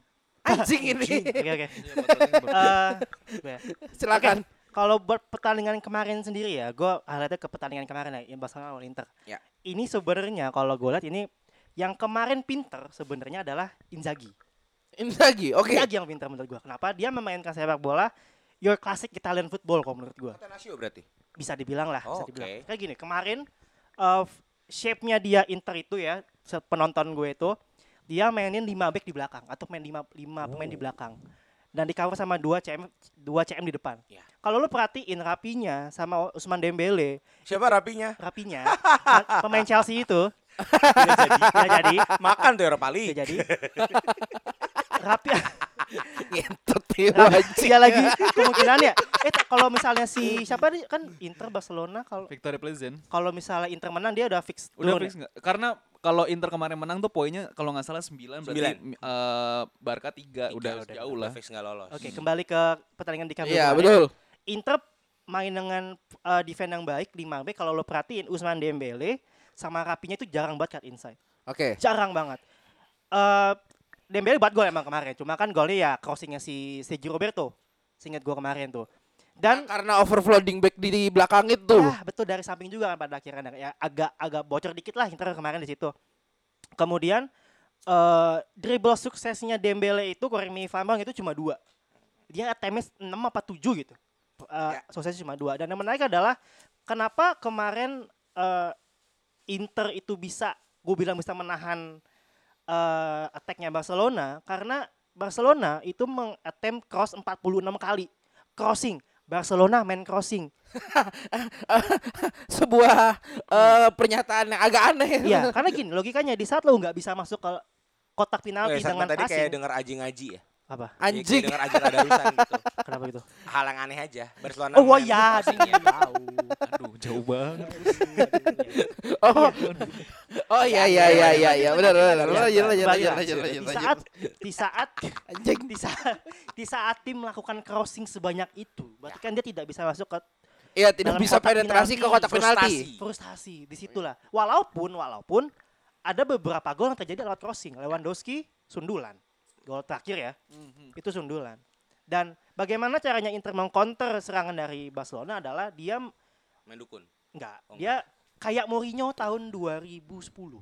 Anjing ini. Oke oke. Eh, ya. Silakan. Kalau buat pertandingan kemarin sendiri ya, gue highlightnya ke pertandingan kemarin ya, yang Barcelona lawan Inter. Ya. Ini sebenarnya kalau gue lihat ini yang kemarin pinter sebenarnya adalah Inzaghi. Ini lagi. Oke. Inzaghi yang pinter menurut gue. Kenapa? Dia memainkan sepak bola your classic Italian football kalau menurut gue. Atanasio berarti. Bisa dibilang lah, Oh, bisa dibilang. oke. Kayak gini, kemarin uh, shape-nya dia Inter itu ya, se- penonton gue itu, dia mainin lima back di belakang atau main lima lima pemain di belakang. Dan di cover sama dua C M dua C M di depan. Ya. Kalau lu perhatiin Rapinya sama Ousmane Dembele, Siapa rapinya? Rapinya ma- pemain Chelsea itu tidak jadi, tidak jadi, Makan tuh Eropa tidak League. jadi. Rapi Ngentot ya, Rapi anjing. dia lagi kemungkinannya. Eh t- kalau misalnya si siapa nih kan Inter Barcelona kalau Victoria Pleasant. kalau misalnya Inter menang dia udah fix Udah turun fix ya? nggak? Karena kalau Inter kemarin menang tuh poinnya kalau nggak salah sembilan berarti eh, Barca tiga udah Tiga, jauh lah. Fix nggak lolos. Oke, kembali ke pertandingan di Camp Nou Iya, kemarin. betul. Inter main dengan uh, defense yang baik lima back. Kalau lo perhatiin Ousmane Dembele sama Rapinya itu jarang banget cut inside. Oke. Jarang banget. Eh Dembele buat gol emang kemarin. Cuma kan golnya ya crossingnya si Sergio Roberto. Seingat gue kemarin tuh. Dan Karena overflowing back di, di belakang itu. ya betul dari samping juga kan pada akhirnya ya agak agak bocor dikit lah Inter kemarin di situ. Kemudian eh dribble suksesnya Dembele itu koreng me if I'm wrong, itu cuma dua. Dia attempt enam apa tujuh gitu. Eh Ya. suksesnya cuma dua. Dan yang menarik adalah kenapa kemarin eh Inter itu bisa gue bilang bisa menahan eh attack-nya Barcelona karena Barcelona itu meng-attempt cross empat puluh enam kali. Crossing. Barcelona main crossing. Sebuah eh, pernyataan yang agak aneh. Iya, karena gini logikanya di saat lo nggak bisa masuk ke kotak Oh, penalti ya, sama dengan tadi kayak passing. denger Aji ngaji ya. Apa? Ya, kayak Anjing. dengar Ajar Adarusan gitu. Kenapa gitu? Hal yang aneh aja. Barcelona. Oh main iya, crossing-nya. tahu. Aduh, jauh banget. Oh. Oh iya iya iya iya iya benar benar. Lanjut lanjut lanjut Kembali lanjut lah. lanjut Di lanjut. saat di saat Anjing. di saat di saat tim melakukan crossing sebanyak itu, berarti kan dia tidak bisa masuk ke Iya tidak dalam bisa kotak penetrasi ke penalti. kotak penalti. Frustasi. frustasi. Disitulah. Walaupun walaupun ada beberapa gol yang terjadi lewat crossing. Lewandowski sundulan. Gol terakhir ya. Itu sundulan. Dan bagaimana caranya Inter mengcounter serangan dari Barcelona adalah dia Main dukun. enggak, Oh, dia kayak Mourinho tahun dua ribu sepuluh.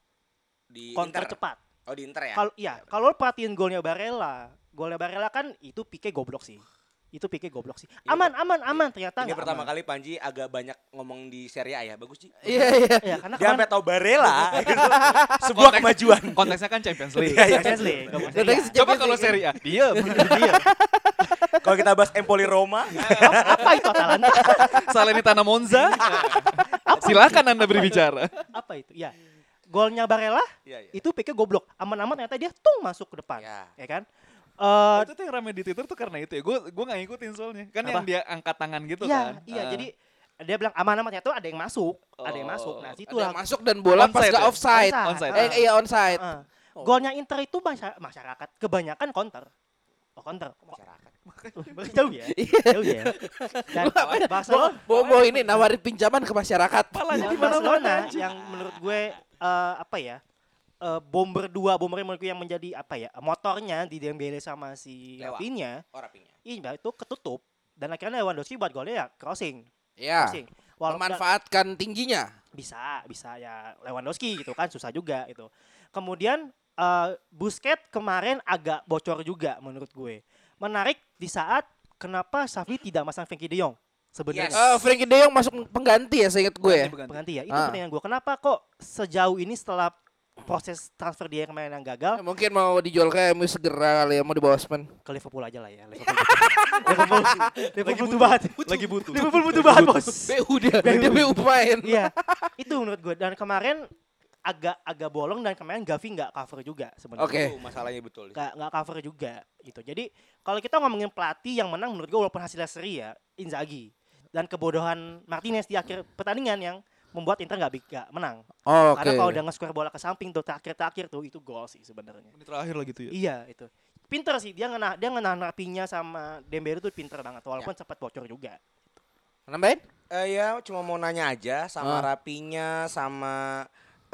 Di Counter Inter. cepat. Oh di Inter ya. Kalau iya, kalau lu perhatiin golnya Barella, golnya Barella kan itu Pique goblok sih. Itu Pique goblok sih. Aman, aman, aman. Ternyata Ini nggak pertama aman. kali Panji agak banyak ngomong di Serie A ya. Bagus sih. Iya iya. Iya, karena Dia sampai kemarin tahu Barella. gitu. Sebuah kemajuan. Konteksnya kan Champions League. Iya, iya. Champions League, nggak mau Tadi Serie A. sejak Coba itu- kalau Serie A, diam. Dia. Kalau kita bahas Empoli Roma. Apa itu Atalanta? Salernitana Monza. Silakan Anda berbicara. Apa itu? Ya. Golnya Barella Iya, iya. itu Pique goblok. Aman-aman ternyata dia tung masuk ke depan. Ya. Ya kan? Eh, Itu tuh yang rame di Twitter tuh karena itu ya. Gue gue nggak ngikutin soalnya. Kan Apa? yang dia angkat tangan gitu iya, kan. iya. Ah. Jadi dia bilang aman-aman ternyata ada yang masuk, ada yang Oh. masuk. Nah, Ada situlah yang masuk dan bola pas Onside nggak ya? offside. Onside. Eh iya onside. Heeh. Golnya Inter itu masya- masyarakat kebanyakan counter. Oh, counter. Masyarakat. Jauh ya? Jauh ya? Dan Barcelona, Mau mau ini nawarin pinjaman ke masyarakat. Palanya dan di mana Barcelona yang menurut gue eh, apa ya? eh, bomber dua, bomber menurut gue yang menjadi apa ya? Motornya di Dembele sama si Lewat. Rafinha, Oh rapinya. iya itu ketutup. Dan akhirnya Lewandowski buat golnya ya crossing. Ya. Crossing. Walaupun Memanfaatkan tingginya. bisa bisa ya Lewandowski gitu kan susah juga itu. Kemudian eh, Busquets kemarin agak bocor juga menurut gue. Menarik di saat kenapa Xavi tidak masang Frenkie de Jong sebenarnya. Yes. Eh Frankie De Jong masuk pengganti ya seingat gue. ya. Pengganti ya. Itu Ah. pertanyaan gue. Kenapa kok sejauh ini setelah proses transfer dia kemarin yang gagal Ya, mungkin mau dijual ke M U segera kali ya mau dibawa Osman. ke Liverpool aja lah ya. Liverpool, Liverpool, Liverpool butuh banget. Lagi butuh. Liverpool butuh banget bos. B U dia, dia B U pemain. Iya, itu menurut gue. Dan kemarin agak agak bolong dan kemarin Gavi nggak cover juga sebenarnya. Oke. Itu masalahnya betul. Nggak nggak cover juga gitu. Jadi kalau kita ngomongin pelatih yang menang menurut gue walaupun hasilnya seri ya Inzaghi dan kebodohan Martinez di akhir pertandingan yang membuat Inter nggak bi- nggak menang. Oh, Oke. Karena kalau udah nge-score bola ke samping tuh terakhir-terakhir tuh itu gol sih sebenarnya. Ini terakhir lah gitu ya. Iya itu. Pinter sih dia ngena dia ngenahan Rapinya sama Dembele tuh pinter banget walaupun sempat bocor juga. Nambahin? Eh ya cuma mau nanya aja sama Ah. rapinya sama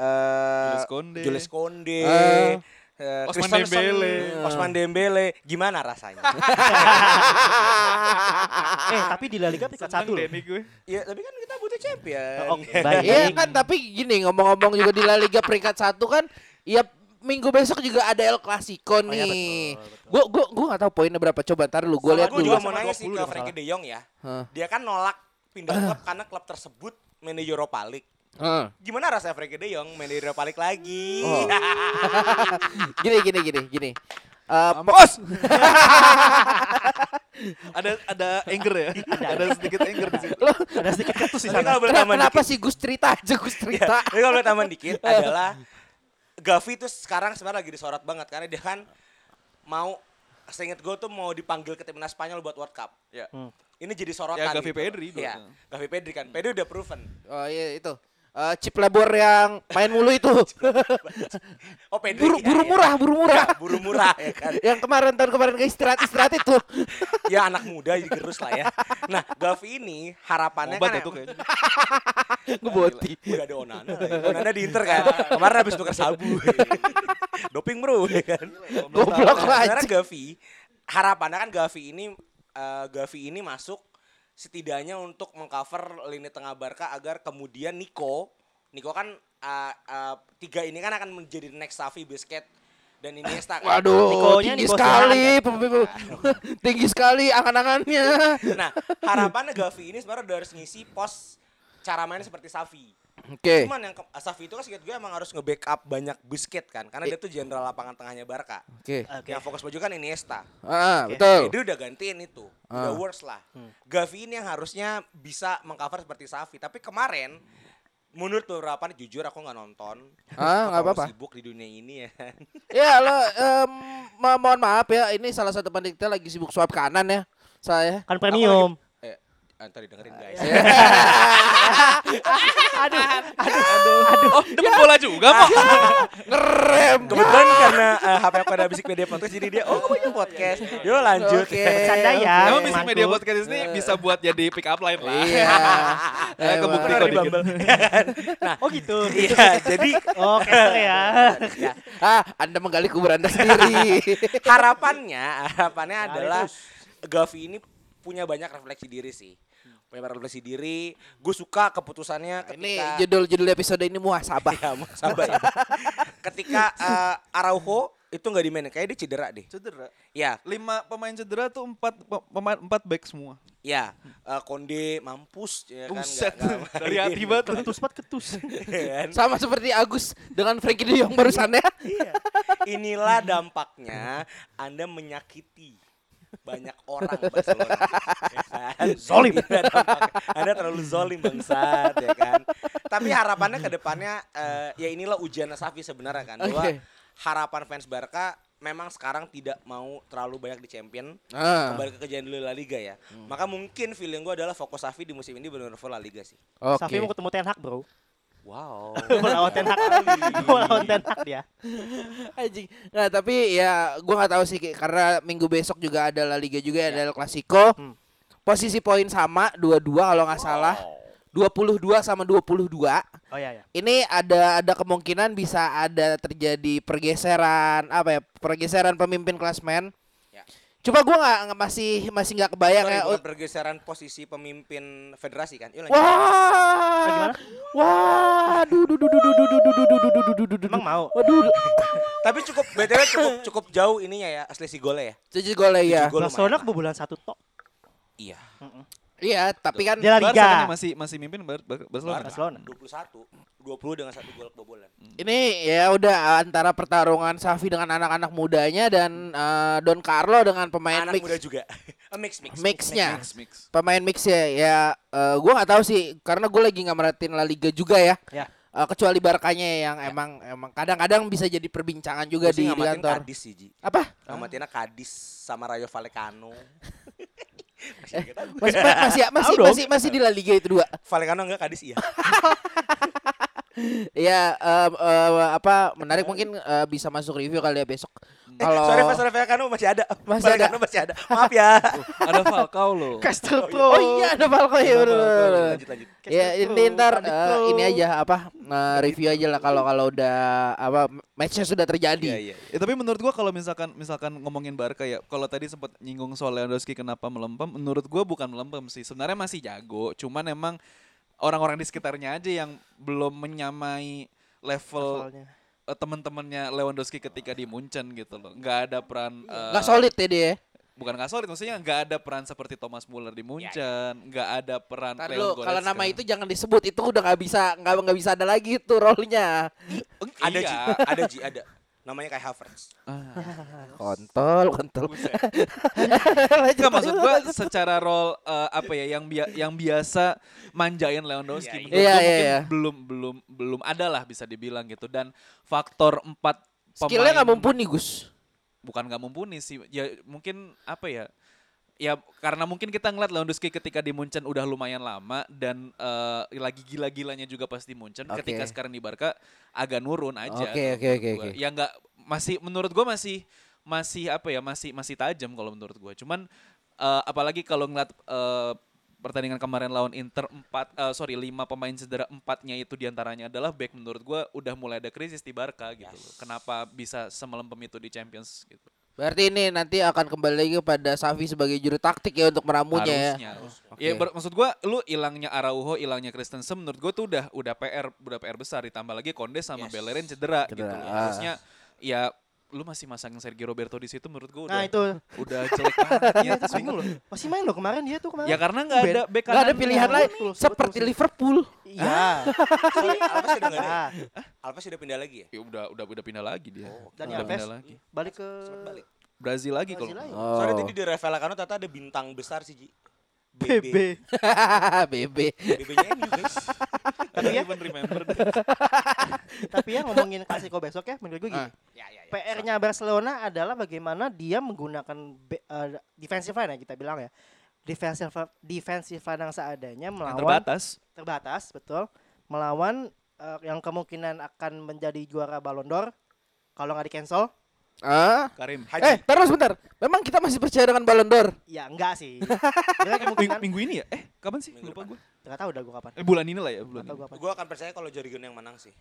eh Jules Koundé. Jules Koundé, Ah. eh, Ousmane Christensen, Dembele. Ousmane Dembele, gimana rasanya? eh tapi di La Liga peringkat satu loh. Denny gue. Ya tapi kan kita butuh champion. Oh, Oke, baik. Iya kan tapi gini ngomong-ngomong juga di La Liga peringkat satu kan ya minggu besok juga ada El Clasico iya, nih. betul, betul. Gua gua gua enggak tahu poinnya berapa. Coba ntar lu gua Sama lihat gue dulu. juga Sama mau nanya dua sih puluh ke deh Frenkie de Jong ya. Hah. Dia kan nolak pindah klub karena klub tersebut main di Europa League. Heeh. Gimana rasanya Frenkie de Jong main di Europa League lagi? Oh. Gini gini gini gini. Eh, po- Bos. ada ada anger ya. ada sedikit anger di situ. Ada sedikit ketus di Tapi sana. kalau boleh kenapa, tambahan kenapa dikit, sih Gus cerita aja Gus ya, cerita. tapi kalau boleh tambahan dikit adalah Gavi tuh sekarang sebenarnya lagi disorot banget karena dia kan mau seinget gue tuh mau dipanggil ke timnas Spanyol buat World Cup. Ya. Hmm. Ini jadi sorotan. Ya, Gavi gitu. Pedri dulu. Iya, Gavi Pedri kan. Pedri udah proven. Oh iya itu. Eh, chip labor yang main mulu itu. Oh Pedri. buru ya, buru ya. murah, buru murah. Ya, buru murah ya kan. Yang kemarin tahun kemarin ke istirahat-istirahat itu. Ya anak muda digerus lah ya. Nah Gavi ini harapannya Obat kan ya tuh kayaknya. Ngeboti. udah ada Onana. ya. Onana di Inter kan. Kemarin habis tukar sabu. Doping bro ya kan. Goblok Nah, aja. sekarang Gavi, harapannya kan Gavi ini eh, Gavi ini masuk setidaknya untuk mengcover lini tengah Barca agar kemudian Nico, Nico kan eh, eh, tiga ini kan akan menjadi next Xavi, Busquets dan Iniesta kan. Waduh, Nikonya tinggi Niko sekali, Siahaan, pem- pem- tinggi sekali angan-angannya. Nah, harapannya Gavi ini sebenarnya udah harus ngisi pos cara main seperti Xavi. Oke. Cuman yang ke- Xavi itu kan seingat gue emang harus nge-backup banyak Busquets kan karena dia tuh jenderal lapangan tengahnya Barca. Oke. Oke. Yang fokus baju kan Iniesta. Ah, Oke. betul. Dia udah gantiin itu. Udah Ah. worse lah. Gavi ini yang harusnya bisa mengcover seperti Xavi. Tapi kemarin menurut beberapa nih, jujur aku nggak nonton. Ah, nggak Terlalu apa-apa. Sibuk di dunia ini ya. Ya lo em, mo- mohon maaf ya, ini salah satu panitia lagi sibuk swab kanan ya. Saya. Kan premium. Eh, ntar didengerin guys. Aduh, Oh, dapat bola juga, Mak. Ngerem. Kebetulan karena uh, H P aku ada Basic Media Podcast, jadi dia, oh punya podcast. Yuk lanjut. Oke. Bercanda ya. Emang Basic temanku. Media Podcast ini bisa buat jadi pick up line lah. Iya. Eh, kebukti Emang. kok dikit. Oh gitu. Iya, jadi Oh, caster ya. ya, Ah, Anda menggali kubur Anda sendiri. harapannya, harapannya adalah Gavi ini punya banyak refleksi diri sih. Punya banyak refleksi diri. Gue suka keputusannya ketika Ini judul-judul episode ini muhasabah. ya, mau sabar ya. Ketika uh, Araujo itu nggak dimainin, kayak dia cedera deh. Cedera. Ya, Lima pemain cedera tuh empat pemain empat back semua. ya, uh, Konde mampus ya kan. Buset. nggak- nggak Dari main. hati banget. Ketus banget ketus. Kan? Sama seperti Agus dengan Frankie De Jong barusan ya. Inilah dampaknya Anda menyakiti banyak orang Barcelona. Ya kan? Zolim. Inilah dampaknya. Anda terlalu zolim bangsat ya kan. Tapi harapannya ke depannya eh, ya inilah ujian Xavi sebenarnya kan, bahwa Oke. harapan fans Barca memang sekarang tidak mau terlalu banyak di Champion, Ah. kembali ke kejadian dulu La Liga ya. Maka mungkin feeling gue adalah fokus Xavi di musim ini benar-benar full La Liga sih. Safi Oke. mau ketemu Ten Hag, Bro. Wow. Mau lawan Ten Hag. Mau lawan Ten Hag dia. Anjing. Nah, tapi ya gua nggak tahu sih Ki, karena minggu besok juga ada La Liga juga, Ya. ada El Clasico. Hmm. Posisi poin sama dua-dua kalau nggak salah. dua puluh dua sama dua puluh dua. Oh iya ya. Ini ada ada kemungkinan bisa ada terjadi pergeseran apa ya? Pergeseran pemimpin klasmen. Ya. Coba gua nggak nggak- masih masih nggak kebayang Sorry, ya. bukan pergeseran posisi pemimpin federasi kan. Yuk lanjut. Wah. gimana? Wah, duh duh duh duh duh duh duh duh duh duh duh duh duh duh. Emang mau? Waduh. Tapi cukup B T W cukup cukup jauh ininya ya, asli si golnya ya. Cuci gol ya. Gol Barcelona lumayan. kebobolan satu tok. Iya. Iya, tapi kan Dia La Barca kan Liga. yang masih masih mimpin Bar- Bar- Barcelona. Barcelona. dua puluh satu, dua puluh dengan satu gol kebobolan. ini ya udah antara pertarungan Xavi dengan anak-anak mudanya dan eh, Don Carlo dengan pemain Anak mix. muda juga. Eh, mix mix. Mixnya. Mix mix. Pemain mix ya, ya eh, gua nggak tahu sih karena gue lagi nggak merhatiin La Liga juga ya. Ya. Eh, kecuali Barkanya yang emang emang kadang-kadang bisa jadi perbincangan juga Gua sih di, di ngamatin kantor. Cadiz sih, Ji. Apa? Ngamatinnya Cadiz sama Rayo Vallecano. Masih ingat aku. Masih ma- masih masih Tahu dong. masih masih di La Liga itu dua. Vallecano enggak, Cadiz iya. Ya em, em, apa menarik mungkin eh, bisa masuk review kali ya besok. Kalau Sorry, Mas Vallecano masih ada. Masih ada. Vallecano masih ada. Maaf ya. Ada Falcao loh. Castle Pro. Oh iya ada Falco ya. bener, bener, bener. Lanjut lanjut. Ya Castle ini Pro, ntar Tadi eh, Pro. ini aja apa eh, review aja lah kalau kalau udah apa matchnya sudah terjadi. Iya iya. Ya, tapi menurut gua kalau misalkan misalkan ngomongin Barca ya, kalau tadi sempat nyinggung soal Lewandowski kenapa melempem, menurut gua bukan melempem sih. Sebenarnya masih jago, cuman emang orang-orang di sekitarnya aja yang belum menyamai level Levelnya. eh, teman-temannya Lewandowski ketika di Munchen gitu loh. Nggak ada peran eh, Nggak solid ya dia. bukan nggak solid, maksudnya nggak ada peran seperti Thomas Muller di Munchen, nggak ada peran Ntar Leon lu kalau Goretzka. nama itu jangan disebut itu udah nggak bisa nggak nggak bisa ada lagi tuh role-nya. Ada Ji, Iya. ada Ji, ada. Namanya kayak Havertz. Kontol kontol. Enggak, maksud gua secara role eh, apa ya yang bia- yang biasa manjain Lewandowski Iya, menurut iya. gua Iya, mungkin iya. belum belum belum ada lah bisa dibilang gitu, dan faktor empat Skillnya nggak pemain- mumpuni Gus. bukan nggak mumpuni sih ya, mungkin apa ya ya karena mungkin kita ngeliat Lewandowski ketika di Munchen udah lumayan lama dan eh, lagi gila-gilanya juga pas di Munchen. Oke. Ketika sekarang di Barca agak nurun aja. Oke, kalau oke, menurut oke, gua. oke. Ya nggak masih menurut gua masih masih apa ya masih masih tajam kalau menurut gua. Cuman eh, apalagi kalau ngeliat eh, pertandingan kemarin lawan Inter empat eh, sorry lima pemain cedera, empatnya itu diantaranya adalah back, menurut gua udah mulai ada krisis di Barca gitu loh. Kenapa bisa semelempem itu di Champions gitu. Berarti ini nanti akan kembali lagi kepada Xavi sebagai juru taktik ya untuk meramunya ya. Harusnya. Oke. Ya ber- maksud gua lu hilangnya Araujo, hilangnya Christensen menurut gua tuh udah udah P R, udah P R besar, ditambah lagi Konde sama Yes. Bellerin cedera, gitu. Cedera, loh. ah. Harusnya ya lu masih masang Sergio Roberto di situ, menurut gua udah Nah itu udah jelek banget ya. itu bingung loh. Masih main loh kemarin dia tuh kemarin. Ya karena nggak ada bek Nggak ada kanannya. pilihan lain Betul, betul, seperti betul. Liverpool. Iya. Sorry, Alves udah enggak ada. ya? Ah, Alves sudah pindah lagi ya? Ya udah udah udah pindah lagi dia. Oh, Dani Udah Alves pindah lagi. balik ke Sempat balik. Brazil lagi kalau. Brazil lagi. Oh. Soalnya tadi di Rafael Vallecano ternyata ada bintang besar sih, Ji. B B. B B. B B-nya M U guys. Tapi ya, Even remember. tapi ya ngomongin Klasiko besok ya, menurut gue gini. Ah. Ya, ya, ya. P R-nya Barcelona adalah bagaimana dia menggunakan be- eh, defensive line ya kita bilang ya. Defensive defensive line yang seadanya Yang melawan terbatas. terbatas, betul. Melawan eh, yang kemungkinan akan menjadi juara Ballon d'Or kalau nggak di-cancel. Ah. Karim. Eh, terus sebentar. Memang kita masih percaya dengan Ballon d'Or? Ya enggak sih. Dia Ming- kemungkinan minggu ini ya? Eh, kapan sih? Minggu Lupa depan. gue. enggak tahu udah gue kapan. Eh, bulan ini lah ya, bulan Enggak tahu ini. gue kapan. Gue akan percaya kalau Jorigen yang menang sih.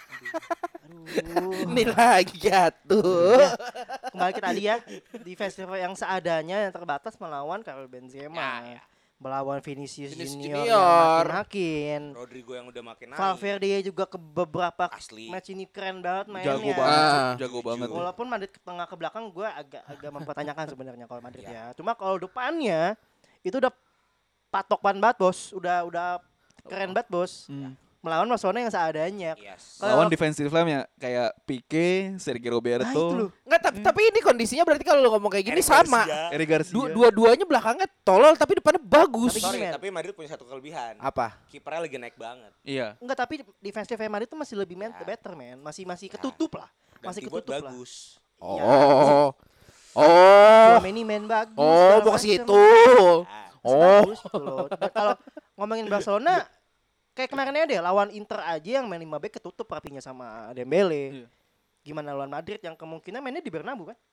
Aduh. Ini lagi jatuh. Kembali ke tadi ya, defensive yang seadanya yang terbatas melawan Karim Benzema. Ya, ya. Melawan Vinicius, Vinicius Junior, Junior. yang makin-makin. Rodrigo yang udah makin naik. Valverde juga ke beberapa Asli. match ini keren banget mainnya. Jago banget, Ah. jago banget. Walaupun Madrid ke tengah ke belakang gue agak agak mempertanyakan sebenarnya kalau Madrid Ya. ya. Cuma kalau depannya itu udah patokan banget bos, udah udah keren banget bos. Hmm. Melawan Barcelona yang seadanya. Yes. Kalau- Lawan defensive line ya kayak Pique, Sergio Nah, itu Roberto, loh. Enggak, tapi tapi ini kondisinya berarti kalau lu ngomong kayak gini Eric sama. Garcia. Eric Garcia. Du- Dua-duanya belakangnya tolol tapi depannya bagus. Tapi Sorry, gini, men. tapi Madrid punya satu kelebihan. Apa? Kipernya lagi naik banget. Iya. Enggak, tapi defensive Madrid itu masih lebih men- Ya. better man, masih masih Ya. ketutup lah. Dan Masih Thibaut ketutup lah. bagus. Iya. Oh. Oh. Many man bagus. Oh, segala mau ke macem. situ. Ah, Oh. Bagus gitu loh. Dan kalau ngomongin Barcelona kayak kemarinnya deh lawan Inter aja yang main lima back ketutup rapinya sama Dembele. Iya. Gimana lawan Madrid yang kemungkinan mainnya di Bernabeu kan?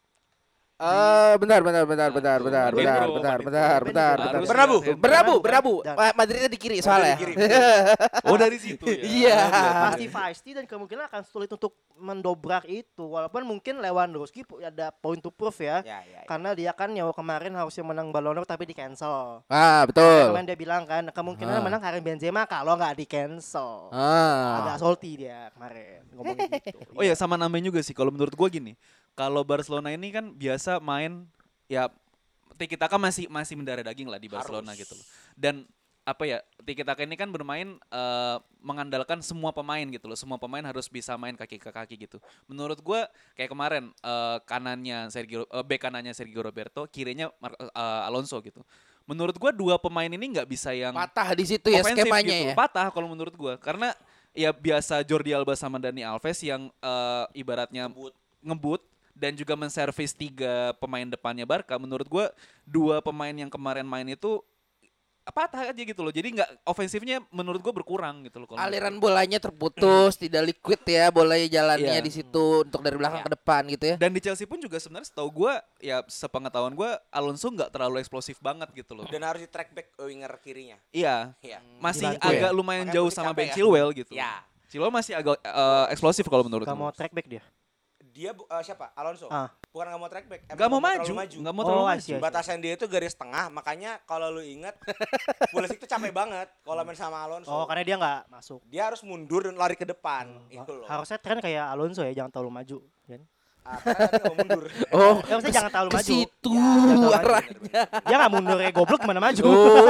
Eh, bentar, bentar, bentar, bentar, Aduh, bentar, Madrid bentar, bro, bentar, Madrid bentar, bro. bentar, Harus bentar. ya. Bernabeu. Berabu, Bernabeu, berabu. Dan- Ma- Madridnya di kiri soalnya. di kiri. Oh dari situ ya. Iya. Pasti feisty dan kemungkinan akan sulit untuk mendobrak itu. Walaupun mungkin Lewandowski pu- ada point to prove ya. Ya, ya, ya. Karena dia kan nyawa kemarin harusnya menang Ballon d'Or tapi di cancel. Ah, betul. Kemarin dia bilang kan kemungkinan Ah. menang Karim Benzema kalau nggak di cancel. Ah. Agak salty dia kemarin ngomongin gitu. Oh ya sama namanya juga sih. Kalau menurut gua gini, kalau Barcelona ini kan biasa main ya Tiki Taka masih masih mendarah daging lah di Barcelona Harus. gitu loh. Dan apa ya Tiki Taka ini kan bermain eh, mengandalkan semua pemain gitu loh. Semua pemain harus bisa main kaki ke kaki gitu. Menurut gua kayak kemarin eh, kanannya Sergio eh, bek kanannya Sergio Roberto, kirinya Mar- eh, Alonso gitu. Menurut gua dua pemain ini nggak bisa yang Patah di situ ya ofensif skemanya gitu. ya. Patah kalau menurut gua karena ya biasa Jordi Alba sama Dani Alves yang eh, ibaratnya Ngebut. ngebut dan juga menservis tiga pemain depannya Barca. Menurut gua dua pemain yang kemarin main itu patah aja gitu loh. Jadi nggak ofensifnya menurut gua berkurang gitu loh. kalau Aliran menurut bolanya terputus, tidak liquid ya, bolanya jalannya Iya. di situ untuk dari belakang Iya. ke depan gitu ya. gua. Dan di Chelsea pun juga sebenarnya setahu gua ya sepengetahuan gua Alonso nggak terlalu eksplosif banget gitu loh. Dan harus di track back winger kirinya. Iya, Iya. masih Dibantu ya? agak lumayan Makanya jauh pasti sama capek Ben ya. Chilwell gitu. Ya. Chilwell masih agak eh, eksplosif kalau menurut Gak gua. mau track back dia. Dia bu- eh, siapa? Alonso. Ah. Bukan nggak mau track back. emang Nggak mau terlalu maju, maju. nggak mau Oh, terlalu I maju. see, I see. Batasan dia itu garis tengah, makanya kalau lu inget Pulisic itu capek banget kalau main sama Alonso. Oh, karena dia nggak masuk. Dia harus mundur dan lari ke depan. Itu loh. Harusnya tren kayak Alonso ya, jangan terlalu maju. Kan? Ah, karena tadi nggak mau mundur. Oh, Ya maksudnya jangan terlalu ke maju. situ Ya, jangan arahnya. Dia nggak mundur ya goblok gimana maju.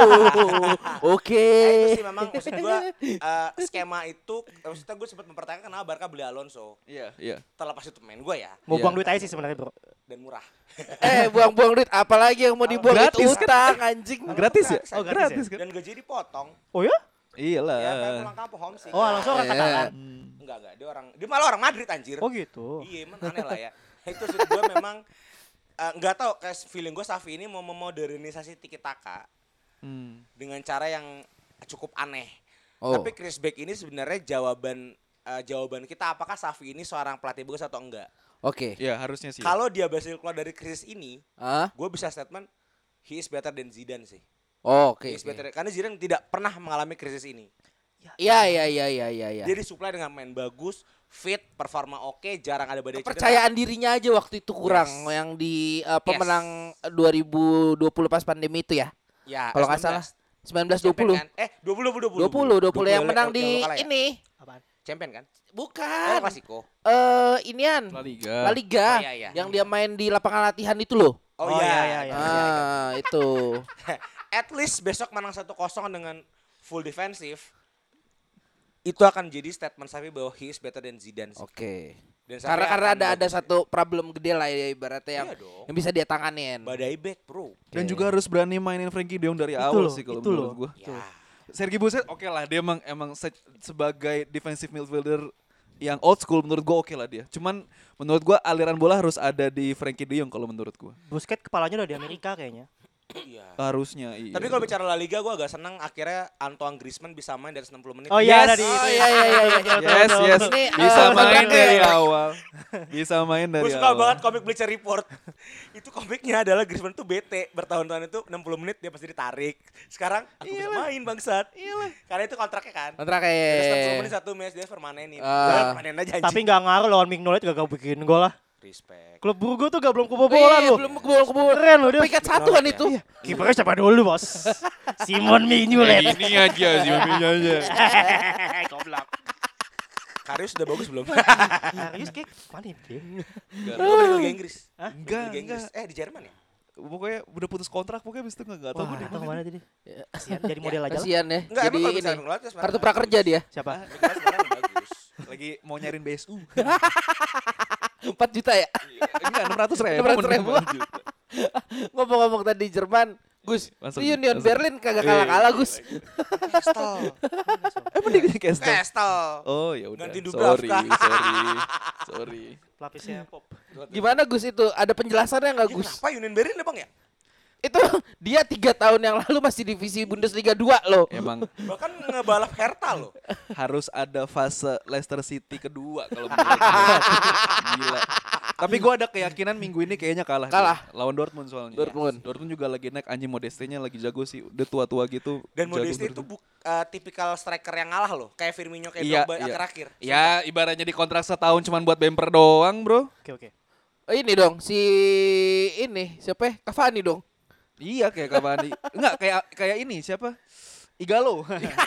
Oh, oke. Ya, itu sih memang maksud gua eh, skema itu maksudnya gue sempat mempertanyakan kenapa Barca beli Alonso. Iya, iya. Terlepas itu main gue ya Mau Iya. buang duit aja sih sebenarnya bro. dan murah. Eh, buang-buang duit apalagi yang mau dibuang Gratis itu kan? utang anjing. Gratis ya? Gratis Oh, aja. gratis kan? Dan gaji dipotong. Oh ya? Iyalah. Ya kayak pulang kampung homesick. Oh Alonso orang Eh. Katalan. Enggak enggak, dia orang dia malah orang Madrid anjir. Oh gitu. Iya, emang aneh lah ya. Itu sih gue memang eh, nggak tahu kayak feeling gue Xavi ini mau memodernisasi Tiki Taka Hmm. dengan cara yang cukup aneh. Oh. Tapi Chris Beck ini sebenarnya jawaban eh, jawaban kita apakah Xavi ini seorang pelatih bagus atau enggak. Oke. Ya harusnya sih. Kalau dia berhasil keluar dari krisis ini, Ah, gue bisa statement he is better than Zidane sih. oh, oke. He is oke. better karena Zidane tidak pernah mengalami krisis ini. Iya, iya, iya, iya, iya, iya. Dia disuplai dengan main bagus, fit, performa oke, jarang ada badai cedera. Kepercayaan dirinya aja waktu itu kurang Yes. yang di uh, pemenang Yes. dua ribu dua puluh pas pandemi itu ya. Ya, Kalau nggak salah sembilan belas dua puluh. Champion kan? Eh, dua puluh dua puluh. dua puluh dua puluh yang yang- menang yang di lo kalah ya? ini. Apaan? Champion kan? Oh, Bukan. Klasiko. Eh, inian. La Liga. La Liga. Oh, iya, iya. Yang dia main di lapangan latihan itu loh. Oh, Oh, iya, iya, iya, iya, iya. Ah, itu. At least besok menang satu kosong dengan full defensif. Itu akan jadi statement Xavi bahwa he is better than Zidane. sih. Oke. Dan Karena sampai karena akan ada ada bagus. satu problem gede lah ya ibaratnya yang Iya dong. yang bisa dia tanganin. Badai back, bro. Dan juga harus berani mainin Frankie De Jong dari Itu awal loh, sih kalau itu menurut loh. gue. Ya. Sergi Busquets oke lah dia emang emang se- sebagai defensive midfielder yang old school menurut gue oke lah dia. Cuman menurut gue aliran bola harus ada di Frankie De Jong kalau menurut gue. Busquets kepalanya udah di Amerika kayaknya. Iya. Harusnya iya. Tapi kalau bicara La Liga gue agak senang akhirnya Antoine Griezmann bisa main dari enam puluh menit. Oh iya, Yes. ada di Oh itu. iya iya iya. iya. Yes, yes. Ini, Bisa eh, main kontraknya- dari awal. Bisa main dari Gue awal. suka banget komik Bleacher Report. Itu komiknya adalah Griezmann tuh bete bertahun-tahun itu enam puluh menit dia pasti ditarik. Sekarang aku bisa main bangsat. Iyalah. Karena itu kontraknya kan. Kontraknya. Terus enam puluh menit satu match dia permanenin. Ah. Udah permanen aja anjing. Tapi nggak ngaruh lawan Mignolet gak bikin gol lah. Respect. Klub Burgo tuh gak belum kebobolan Iya, loh. belum kebol kebol. Keren loh dia. Peringkat satu kan itu. Kipernya siapa dulu bos? Simon Mignolet. Ini aja sih maminya aja. Goblok. Karius udah bagus belum? Karius kayak mana dia? Lu balik Liga Inggris. Hah? Enggak, Liga Inggris. enggak. Eh di Jerman ya? Pokoknya udah putus kontrak pokoknya abis itu enggak enggak tahu Wah, gue di atau mana. kemana tadi? Kasihan jadi model aja lah. Kasian ya. Enggak, Jadi emang kalau ini misalnya Mignolet ya sebenarnya kartu prakerja dia. Siapa? Mignolet sebenarnya bagus. Lagi mau nyariin B S U. empat juta ya. Enggak enam ratus ribu. enam ratus ribu. Ngomong-ngomong tadi Jerman, Gus, Langsung, di Union langsung. Berlin kagak kalah-kalah Gus. Kestel. Emang dia Castle. Kestel. Oh ya udah. Ganti Sorry, Dubravka. sorry. Sorry. Pelapisnya Pop. Gimana Gus itu? Ada penjelasannya nggak Ya, Gus? kenapa Union Berlin ya bang ya? Itu dia tiga tahun yang lalu masih divisi Bundesliga dua loh. Emang Bahkan ngebalap Hertha loh. harus ada fase Leicester City kedua kalau menurut gue. Gila. Tapi gue ada keyakinan minggu ini kayaknya kalah. Kalah. dia. Lawan Dortmund soalnya. Dortmund. Dortmund juga lagi naik, anjing Modeste-nya lagi jago sih. Udah tua-tua gitu. Dan jago Modeste itu Dortmund. bu- uh, tipikal striker yang ngalah loh. Kayak Firmino, kayak Iya, Drogba iya. akhir-akhir. Ya ibaratnya di kontrak setahun cuman buat bumper doang bro. Oke oke. Oh, ini dong si ini siapa? ya? Cavani dong. Iya kayak Cavani. Enggak kayak kayak ini siapa? Igalo.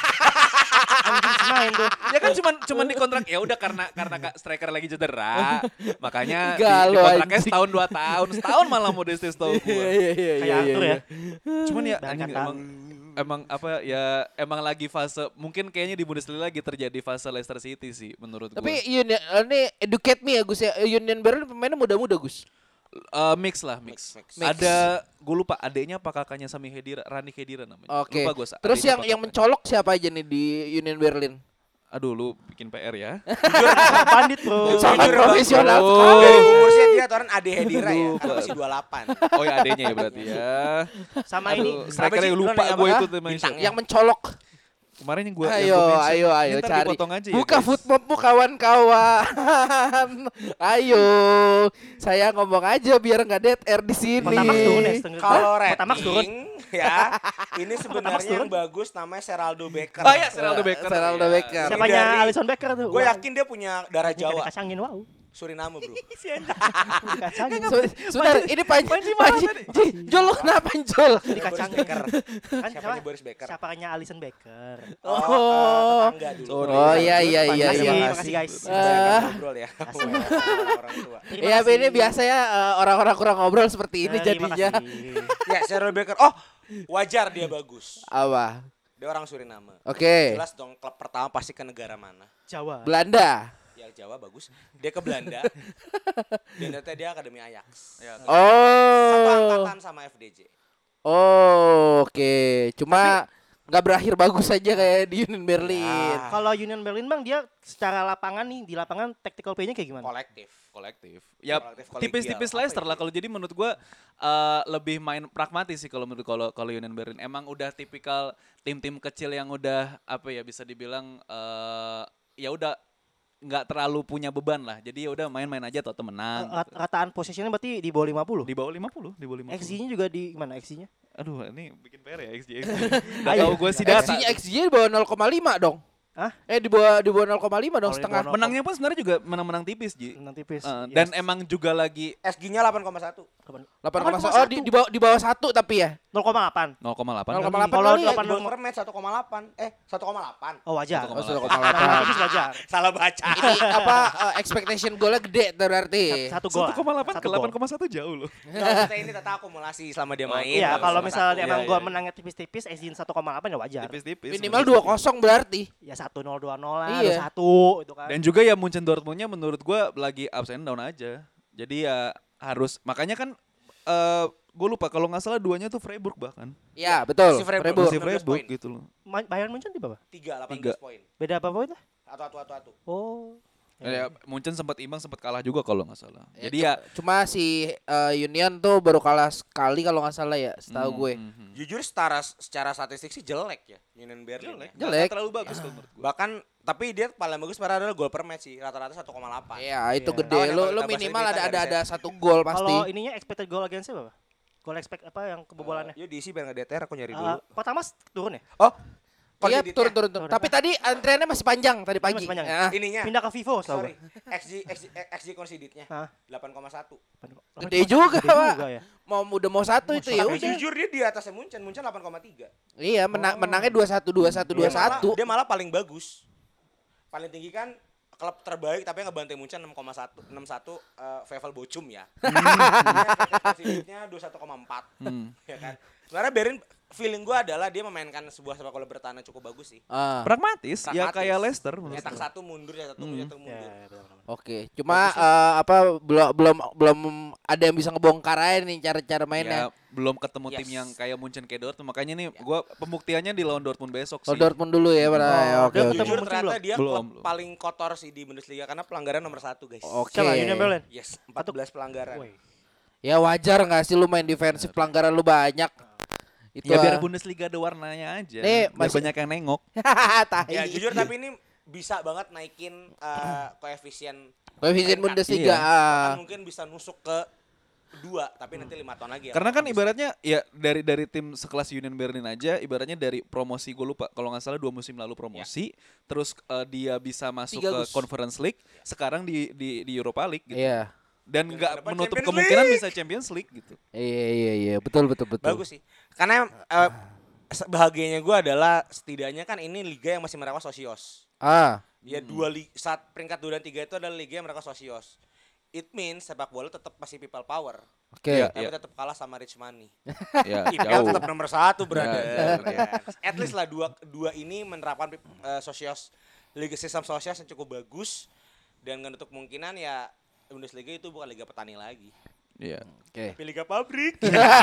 Anjing main tuh. Ya kan cuman cuman di kontrak ya udah karena karena Kak striker lagi cedera. Makanya di, di Igalo, kontraknya anjing. setahun dua tahun. Setahun malah Modeste setahu gua. iya iya Kayak Arthur ya. Cuman ya Dan anjing kata- emang emang apa ya emang lagi fase mungkin kayaknya di Bundesliga lagi terjadi fase Leicester City sih menurut gua. Tapi Union ini educate me ya Gus ya. Union Berlin pemainnya muda-muda Gus. Eh, mix lah mix. Mix, mix. Ada gue lupa adeknya apa kakaknya Sami Khedira, Rani Khedira namanya. Oke. Lupa gua, Terus adeknya yang apa yang kakaknya. mencolok siapa aja nih di Union Berlin? Aduh lu bikin P R ya. Pandit bro. Sangat Jujur, profesional Bang. sekali. Dari umurnya dia orang Ade Hedira ya. Lupa. Karena masih dua puluh delapan. Oh ya adeknya ya berarti ya. Sama Aduh, ini. strikernya sih? lupa Lu nanya gue apa? itu namanya siapa. Bintangnya. Yang mencolok. Kemarin yang gue Ayo, ayo, ayo cari. Dipotong aja ya, Buka guys. footmapmu kawan-kawan. Ayo, saya ngomong aja biar nggak dead air di sini. Pertamax turun ya setengah. Kalau Hah? Pertamax turun. rating ya, ini sebenarnya yang bagus namanya Seraldo Becker. Oh ya Seraldo Becker. Seraldo Iya. Becker. Siapanya Dari- Alisson Becker tuh. Gue yakin dia punya darah Jawa. Kacangin wow. Suriname bro. Dikacangin. So, Sebentar, ini Panji. Panji. Ji, Jol, lo kenapa Jol? Boris Dikacangin. Becker. Kan Siapanya siapa? Boris Becker. Siapanya Alisson Becker. Oh, Oh. eh, tetangga dulu. Sorry. Oh iya iya iya Makasih, iya. makasih guys. Ah. Ngobrol ya. Orang tua. Terima Iya, kasih. ini biasanya eh, orang-orang kurang ngobrol seperti ini Terima jadinya. kasih. Ya, Seraldo Becker. Oh, wajar dia bagus. Apa? Dia orang Suriname. Oke. Jelas dong klub pertama pasti ke negara mana. Jawa. Belanda. Ya Jawa bagus. Dia ke Belanda. Dan ternyata dia Akademi Ajax. Satu Oh. angkatan sama F D J. Oh, oke. Cuma nggak berakhir bagus aja kayak di Union Berlin. Ya. Kalau Union Berlin bang dia secara lapangan nih di lapangan tactical play-nya kayak gimana? Kolektif. Kolektif. Ya Kolektif, kolegial. tipis-tipis Apa Leicester itu? lah kalau jadi menurut gua eh, lebih main pragmatis sih kalau menurut kalau kalau Union Berlin emang udah tipikal tim-tim kecil yang udah apa ya bisa dibilang eh, ya udah nggak terlalu punya beban lah. Jadi ya udah main-main aja atau menang. Rat- gitu. Rataan possessionnya berarti di bawah lima puluh. Di bawah lima puluh, di bawah lima puluh. X G-nya juga di mana X G-nya? Aduh, ini bikin P R ya X G. X G. Udah Ayo. tahu gue sih data. X G-nya X G-nya di bawah nol koma lima dong. Hah? Eh di bawah di bawah nol koma lima dong Kalau di setengah. bawah Menangnya pun sebenarnya juga menang-menang tipis, Ji. Menang tipis. Eh, Yes. dan emang juga lagi S G-nya delapan koma satu. delapan koma satu. Oh di di bawah di bawah satu tapi ya. nol koma delapan. nol koma delapan. nol koma kali. delapan Kalau kali ya. delapan Gol per match satu koma delapan. Eh, satu koma delapan. Oh wajar. satu Oh, koma satu koma Nah, delapan. itu wajar. Salah baca. Ini apa eh, expectation golnya gede berarti. Satu gol. satu koma delapan Satu ke gol. delapan koma satu jauh loh. Nggak, maksudnya ini tata akumulasi selama dia main. Iya, Nggak kalau cuma misalnya satu. emang Iya, gua iya. menangnya tipis-tipis, izin satu koma delapan ya wajar. Tipis-tipis. Minimal dua kosong berarti. Ya satu nol dua nol lah, Iya. satu itu kan. Dan juga ya Munchen Dortmundnya menurut gua lagi ups and down aja. Jadi ya harus makanya kan eh gue lupa kalau nggak salah duanya tuh Freiburg bahkan. Ya, betul. Si Freiburg. Freiburg. Masih enam belas Freiburg poin. gitu loh. Ma- Bayern Munchen di bawah. tiga, delapan Tiga. belas poin. Beda apa poin lah? Atu atu atu atu. Oh. Ya, Munchen sempat imbang sempat kalah juga kalau nggak salah. Ya, Jadi ya Cuma si eh, Union tuh baru kalah sekali kalau nggak salah ya, setahu hmm, gue. hmm, hmm. Jujur secara secara statistik sih jelek ya Union Berlin. Jelek. ya. Jelek. Nggak terlalu bagus kalau menurut gua. Bahkan tapi dia paling bagus pada adalah gol per match sih, rata-rata satu koma delapan. Iya, itu Iya. gede. Tahu nih Lu kalau lu kita bahas minimal lebih ada detail ada dari ada satu gol pasti. Kalau ininya expected goal against berapa? Goal expect apa yang kebobolannya? Yuk diisi biar nggak D T R, aku nyari Uh, dulu. pertama turun ya? Oh, Iya, Konfiditnya. turun turun turun. Turun Tapi apa? tadi antriannya masih panjang tadi pagi. Masih panjang. Ya. Ininya. Pindah ke Vivo setahu Sorry. gua. X G X G X G conceded-nya Hah? delapan koma satu. Gede juga, Gede Pak. juga ya. Mau udah mau satu itu ya Tapi udah. jujur dia di atasnya Munchen, Munchen delapan koma tiga. Iya, menang menangnya dua satu dua satu dua Dia malah- satu. Dia malah paling bagus. Paling tinggi kan klub terbaik tapi yang ngebantai Munchen enam koma satu enam satu uh, Vevel Bochum ya. Dia dua puluh satu koma empat. Hmm. Ya kan. Sebenarnya Berin feeling gua adalah dia memainkan sebuah sepak bola bertahan yang cukup bagus sih. Ah, Pragmatis, ya Pragmatis. kayak Leicester menurut Nyetak gua. satu mundur, nyetak satu Hmm. nyetak Ya, mundur. ya, benar-benar. Oke, cuma eh, apa belum belum belum ada yang bisa ngebongkar aja nih cara-cara mainnya. Ya, belum ketemu tim Yes. yang kayak Munchen kayak Dortmund. Makanya nih gua pembuktiannya di lawan Dortmund besok Kalau sih. Dortmund dulu ya, Bra. Oh, Ya, Oke, dia oke. ketemu Jujur Munchen ternyata belum? dia Belum, klub belum. paling kotor sih di Bundesliga karena pelanggaran nomor satu guys. Oke. Siapa? Union Berlin? Yes, empat belas pelanggaran. Woi. Ya wajar nggak sih lu main defensif pelanggaran lu banyak. Itu Ya biar ah. Bundesliga ada warnanya aja. Nih, Biar masih- banyak yang nengok. Tai. Ya jujur tapi ini bisa banget naikin eh, koefisien Koefisien peringkat. Bundesliga. Iya. ah. Bahkan mungkin bisa nusuk ke dua tapi nanti lima tahun lagi ya. Karena kan Bisa. ibaratnya ya dari dari tim sekelas Union Berlin aja ibaratnya dari promosi gue lupa kalau nggak salah dua musim lalu promosi terus eh, dia bisa masuk Tiga, ke Gus. Conference League sekarang di di di Europa League gitu. Iya. Dan Dan nggak kedepan menutup Champions kemungkinan League. bisa Champions League gitu. Iya iya iya, betul betul betul. Bagus sih. Karena eh, se- bahagianya gue adalah setidaknya kan ini liga yang masih merawat Sosios. Ah, Ya dua li saat peringkat dua dan tiga itu adalah liga yang merawat Sosios. It means sepak bola tetap masih people power. oke. Iya. Tapi tetap kalah sama rich money. Ya, I P L jauh. tetap nomor satu, brother. Ya, jauh, Ya. At least lah dua dua ini menerapkan uh, sosios liga sistem sosios yang cukup bagus dan nggak nutup kemungkinan ya Bundesliga itu bukan liga petani lagi, Iya. Oke. tapi liga pabrik.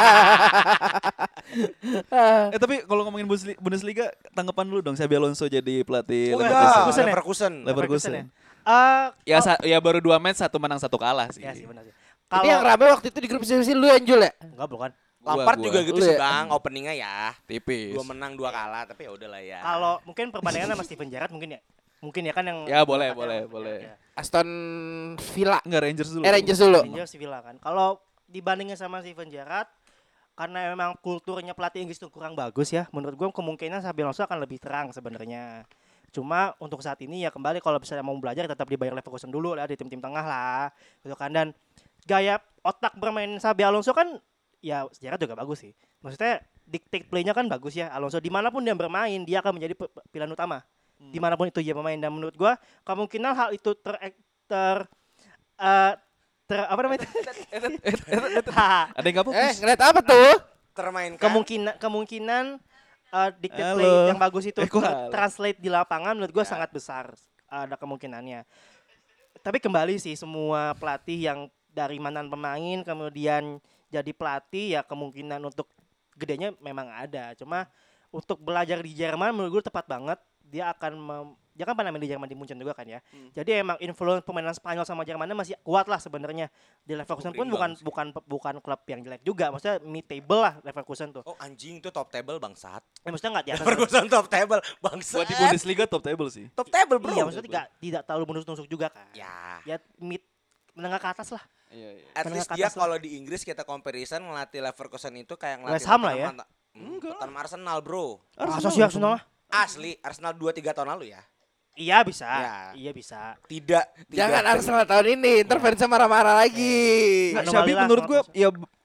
Eh tapi kalau ngomongin Bundesli- Bundesliga tanggapan dulu dong Xabi Alonso jadi pelatih Oh, Leverkusen. enggak, ya? Leverkusen. Leverkusen. ya? Eh, Ya oh, sa- ya baru dua match satu menang satu kalah sih. ya sih benar sih. Tapi yang Kalau rame waktu itu di grup sesi lu Anjul ya? enggak bukan. Lampard Gua- juga gua. gitu Lu sih ya? bang, openingnya ya. Tipis. Dua menang dua kalah, tapi ya udahlah ya. Kalau mungkin perbandingan sama Steven Gerrard mungkin ya. Mungkin ya kan yang Ya, boleh, yang- boleh, ya, boleh. ya. Aston Villa. Enggak Rangers dulu. Eh Rangers dulu. Rangers Villa kan. Kalau dibandingin sama Steven Gerrard karena memang kulturnya pelatih Inggris itu kurang bagus ya. Menurut gua kemungkinan Xabi Alonso akan lebih terang sebenarnya. Cuma untuk saat ini ya kembali kalau misalnya mau belajar tetap di Bayer Leverkusen dulu lah di tim-tim tengah lah gitu kan. Dan gaya otak bermain Xabi Alonso kan ya sejarah juga bagus sih. Maksudnya dictate play-nya kan bagus ya. Alonso dimanapun dia bermain dia akan menjadi pe- pe- pilihan utama. Dimanapun itu dia bermain dan menurut gua kemungkinan hal itu ter ter eh, ter apa namanya? Ada yang enggak Eh, fokus? ngeliat apa tuh? termainkan. kemungkinan kemungkinan uh, dictate Halo. play yang bagus itu Eh, kok ter- halo? translate di lapangan menurut gue Ya. sangat besar uh, ada kemungkinannya. Tapi kembali sih semua pelatih yang dari mantan pemain kemudian jadi pelatih ya kemungkinan untuk gedenya memang ada. Cuma untuk belajar di Jerman menurut gue tepat banget. Dia akan mem- dia kan pernah main di Jerman di Munchen juga kan ya. Hmm. Jadi emang influence pemainan Spanyol sama Jermannya masih kuat lah sebenarnya. Di Leverkusen pun bukan Berimbang sih. bukan bukan klub yang jelek juga. Maksudnya mid table lah Leverkusen tuh. Oh anjing itu top table bangsat. Eh, maksudnya nggak di atas. Leverkusen top table bangsat. Buat di Bundesliga top table sih. Top table bro. Iya, maksudnya tidak tidak terlalu menusuk-nusuk juga kan. Ya. Ya mid menengah ke atas lah. Iya, iya. At Menengah least ke dia atas lah. kalau di Inggris kita comparison ngelatih Leverkusen itu kayak ngelatih West Ham lah ya? Tottenham- Hmm, Tottenham Arsenal bro. Masa sih Arsenal lah? Asli Arsenal dua tiga tahun lalu ya. Iya bisa. Ya. Iya bisa. Tidak, tidak. Jangan Arsenal tahun ini, ntar fansnya marah-marah lagi. Nggak, Anomali Xabi lah menurut sama gua Arsenal. ya b-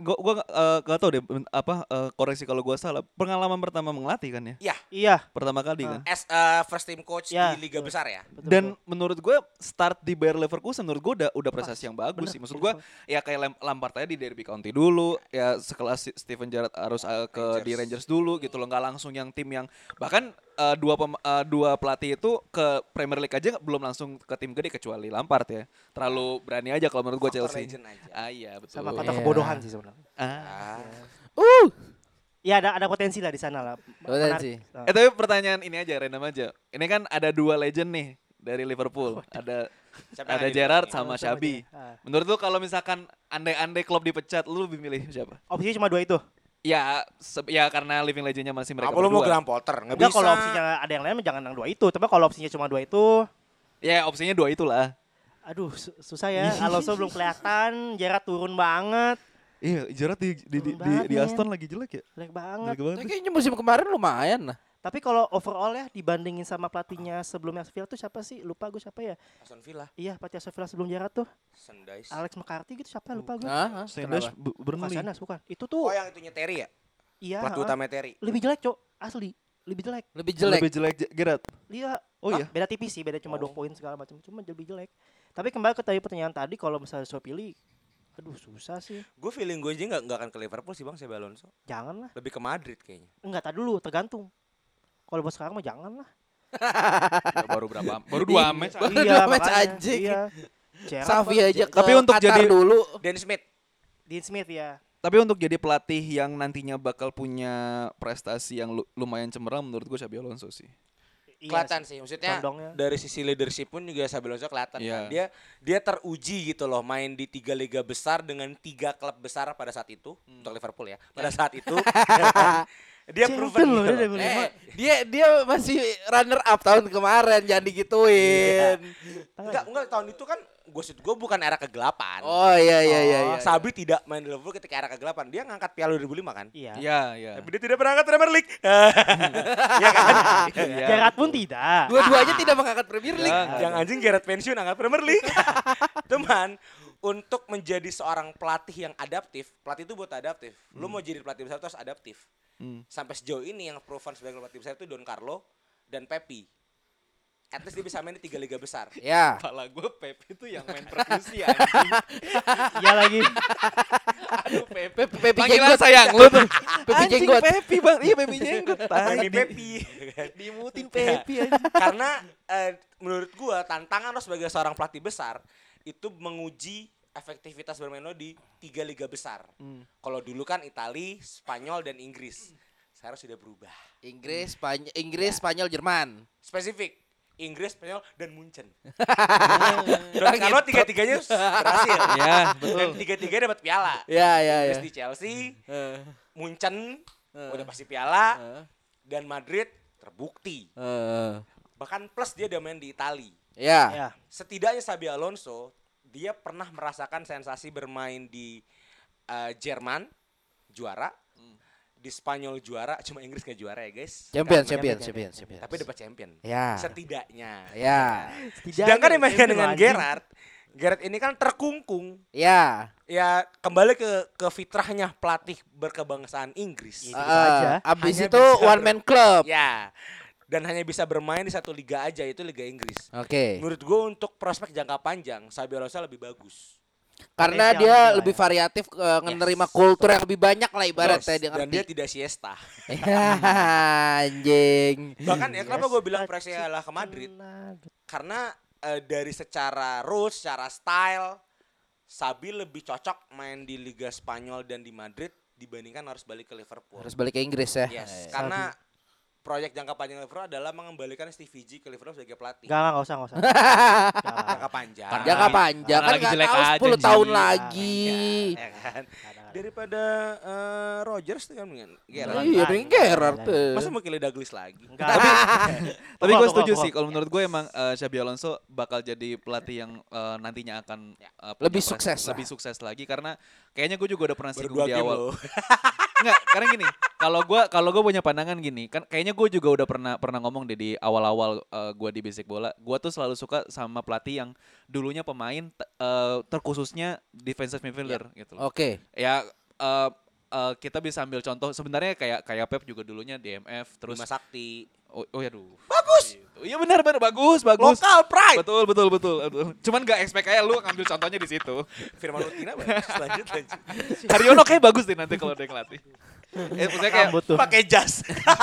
gua gua uh, gak tau deh ben- apa uh, koreksi kalau gua salah. Pengalaman pertama melatih kan ya? Iya, Iya. Pertama kali kan. as a first team coach Ya, di liga betul. besar ya. Betul, Dan betul. menurut gue start di Bayer Leverkusen menurut gue udah udah prestasi yang bagus bener, sih. Maksud bener gue ya kayak Lam- Lampard aja di Derby County dulu, ya sekelas si- Steven Gerrard harus uh, ke Rangers. di Rangers dulu gitu loh, nggak langsung yang tim yang bahkan uh, dua pem- uh, dua pelatih itu ke Premier League aja belum langsung ke tim gede kecuali Lampard ya. Terlalu berani aja kalau menurut gue Faktor Chelsea. legend aja. Ah iya betul. Sama faktor Iya. kebodohan sih sebenarnya. Ah. Uh. Ya ada ada potensi lah di sana lah. Potensi. Menarik. Nah. Eh tapi pertanyaan ini aja random aja. Ini kan ada dua legend nih dari Liverpool. Ada Siapa yang ada ada di Gerrard belakangnya? sama Sama Xabi. dia. Ah. Menurut lu kalau misalkan andai-andai klub dipecat, lu lebih milih siapa? Opsinya cuma dua itu. Ya, se- ya karena living legendnya masih mereka Apa lu mau berdua. Graham Potter? Nggak Enggak bisa. kalau opsinya ada yang lain jangan yang dua itu. Tapi kalau opsinya cuma dua itu, Ya opsinya dua itulah. aduh su- susah ya. Alonso belum kelihatan, Gerrard turun banget, Iya, Gerrard di di, di, Turun di, di banget, Aston lagi jelek ya. jelek banget. Jelek banget. Tapi kayaknya musim kemarin lumayan lah. Tapi kalau overall ya dibandingin sama pelatihnya sebelumnya Aston Villa tuh siapa sih? Lupa gue siapa ya? Aston Villa, Iya, pelatih Aston Villa sebelum Gerrard tuh Sendais. Alex McCarthy gitu siapa lupa gue. Ah, Sanders kenapa? B- Bukan Burnley. Sanas, bukan. Itu tuh Oh yang itunya Terry ya? iya, Pelatih ha-ha. utama Terry. lebih jelek, Cok. Asli. Lebih jelek. Lebih jelek. Lebih jelek Ge- Gerrard. Iya. Oh Hah? iya. Beda tipis sih, beda cuma dua poin segala macam. Cuma lebih jelek. Tapi kembali ke tadi pertanyaan tadi kalau misalnya disuruh pilih, aduh susah sih. Gue feeling gue aja nggak nggak akan ke Liverpool sih bang, Xabi Alonso. Jangan lah. Lebih ke Madrid kayaknya. Enggak, tadi dulu tergantung. Kalau buat sekarang mah jangan lah. Ya, baru berapa? Baru dua match. Baru Iya, dua match makanya. anjing. Iya. Gerrard Safi baru- aja ke Tapi untuk Qatar jadi- dulu. Dan Smith. Dean Smith ya. Tapi untuk jadi pelatih yang nantinya bakal punya prestasi yang lu- lumayan cemerlang menurut gue Xabi Alonso sih. Iya Kelihatan sih, maksudnya Condongnya. dari sisi leadership pun juga Xabi Alonso kelihatan Iya. kan. Dia dia teruji gitu loh main di tiga liga besar dengan tiga klub besar pada saat itu untuk Liverpool ya. Pada saat itu dia Champion proven loh, gitu dia loh. udah Eh, dia dia masih runner up tahun kemarin, jangan digituin. Enggak, enggak tahun itu kan gosip gue bukan era kegelapan. Oh iya iya iya iya. Sabi tidak main di Liverpool ketika era kegelapan. Dia ngangkat Piala dua ribu lima kan? Iya. Iya, iya. Tapi dia tidak pernah angkat Premier League. Iya kan? Iya. Gerrard pun tidak. Dua-duanya tidak mengangkat Premier League. Jangan. Yang anjing Gerrard pensiun angkat Premier League. Teman, untuk menjadi seorang pelatih yang adaptif, pelatih itu buat adaptif. Lu mau jadi pelatih besar itu harus adaptif. Hmm. Sampai sejauh ini yang proven sebagai pelatih besar itu Don Carlo dan Pepi. At least dia bisa main di tiga liga besar. Ya. Kepala gue Pep itu yang main perkusi anjing. Iya lagi. Aduh Pep. Pepi Pepi Panggilan jenggot. sayang lu tuh. Pepi Anjing jenggot. Pepi bang. Iya Pepi jenggot. Pepi Tai. Pepi. Dimutin Pepi anjing. Karena eh, menurut gua tantangan lo sebagai seorang pelatih besar itu menguji efektivitas bermain lo di tiga liga besar. Kalau dulu kan Itali, Spanyol dan Inggris. Sekarang sudah berubah. Inggris, Spanyol, Inggris, Spanyol, Jerman. Spesifik Inggris, Spanyol dan Munchen. Dan kalau tiga-tiganya berhasil. Iya, Dan betul. tiga-tiganya dapat piala. Ya ya ya. Inggris di Chelsea, Eh, Munchen Eh. udah pasti piala eh, dan Madrid terbukti. eh. Bahkan plus dia udah main di Itali. Ya. Ya. Setidaknya Xabi Alonso dia pernah merasakan sensasi bermain di eh, Jerman juara, di Spanyol juara, cuma Inggris gak juara ya guys. Champion, Nggak- champion, champion, champion, champion. Tapi dapat champion. Ya. Setidaknya. Ya. Sedangkan yang main Champion dengan anjing. Gerrard, Gerrard ini kan terkungkung. Ya. Ya kembali ke ke fitrahnya pelatih berkebangsaan Inggris. Iya. Eh, Gitu aja. abis Hanya itu bisa one ber- man club. Ya. Dan hanya bisa bermain di satu liga aja, itu Liga Inggris. Oke. Menurut gue untuk prospek jangka panjang, Xabi Alonso lebih bagus. Karena Potensial dia juga lebih ya. variatif, eh, menerima Yes. kultur yang lebih banyak lah ibaratnya Yes, dia dan dia ngerti. tidak siesta. Ya, anjing. Bahkan ya kenapa gue bilang Yes, proyeksi adalah ke Madrid? Kena. Karena eh, dari secara rules, secara style, Xabi lebih cocok main di Liga Spanyol dan di Madrid dibandingkan harus balik ke Liverpool. Harus balik ke Inggris ya. Yes, Eh, karena proyek jangka panjang Liverpool adalah mengembalikan Stevie G ke Liverpool sebagai pelatih. Enggak, enggak usah, enggak usah. Jangan. Jangka panjang. Jangka panjang Karena kan lagi nggak jelek tahu aja, sepuluh Ji. tahun Iya, lagi. Ya kan? Nggak ada. Daripada eh, Rodgers tuh kan dengan Gerrard. Iya, dengan Gerrard. eh. Masa mau Kelly Douglas lagi? Enggak. Tapi Pokok, gue pokok, setuju pokok. sih kalau menurut gue emang uh, Xabi Alonso bakal jadi pelatih yang uh, nantinya akan Ya. uh, punya Lebih pres- sukses lah. lebih sukses lagi karena kayaknya gue juga udah pernah Baru singgung dua di game awal. loh. Enggak, karena gini, kalau gue kalau gue punya pandangan gini, kan kayaknya gue juga udah pernah pernah ngomong deh di awal-awal uh, gue di Basic Bola, gue tuh selalu suka sama pelatih yang dulunya pemain t- uh, terkhususnya defensive midfielder gitu loh. Oke. Ya uh, uh, kita bisa ambil contoh sebenarnya kayak kayak Pep juga dulunya D M F terus Bima Sakti. oh, oh ya aduh. Bagus. Gitu. Iya benar benar bagus bagus. Lokal pride. Betul betul betul betul. Cuman gak expect kayak lu ngambil contohnya di situ. Firman Utina bagus. Lanjut lanjut. Haryono kayak bagus deh nanti kalau dia ngelatih. Eh, maksudnya kayak Rambut tuh. Pakai jas.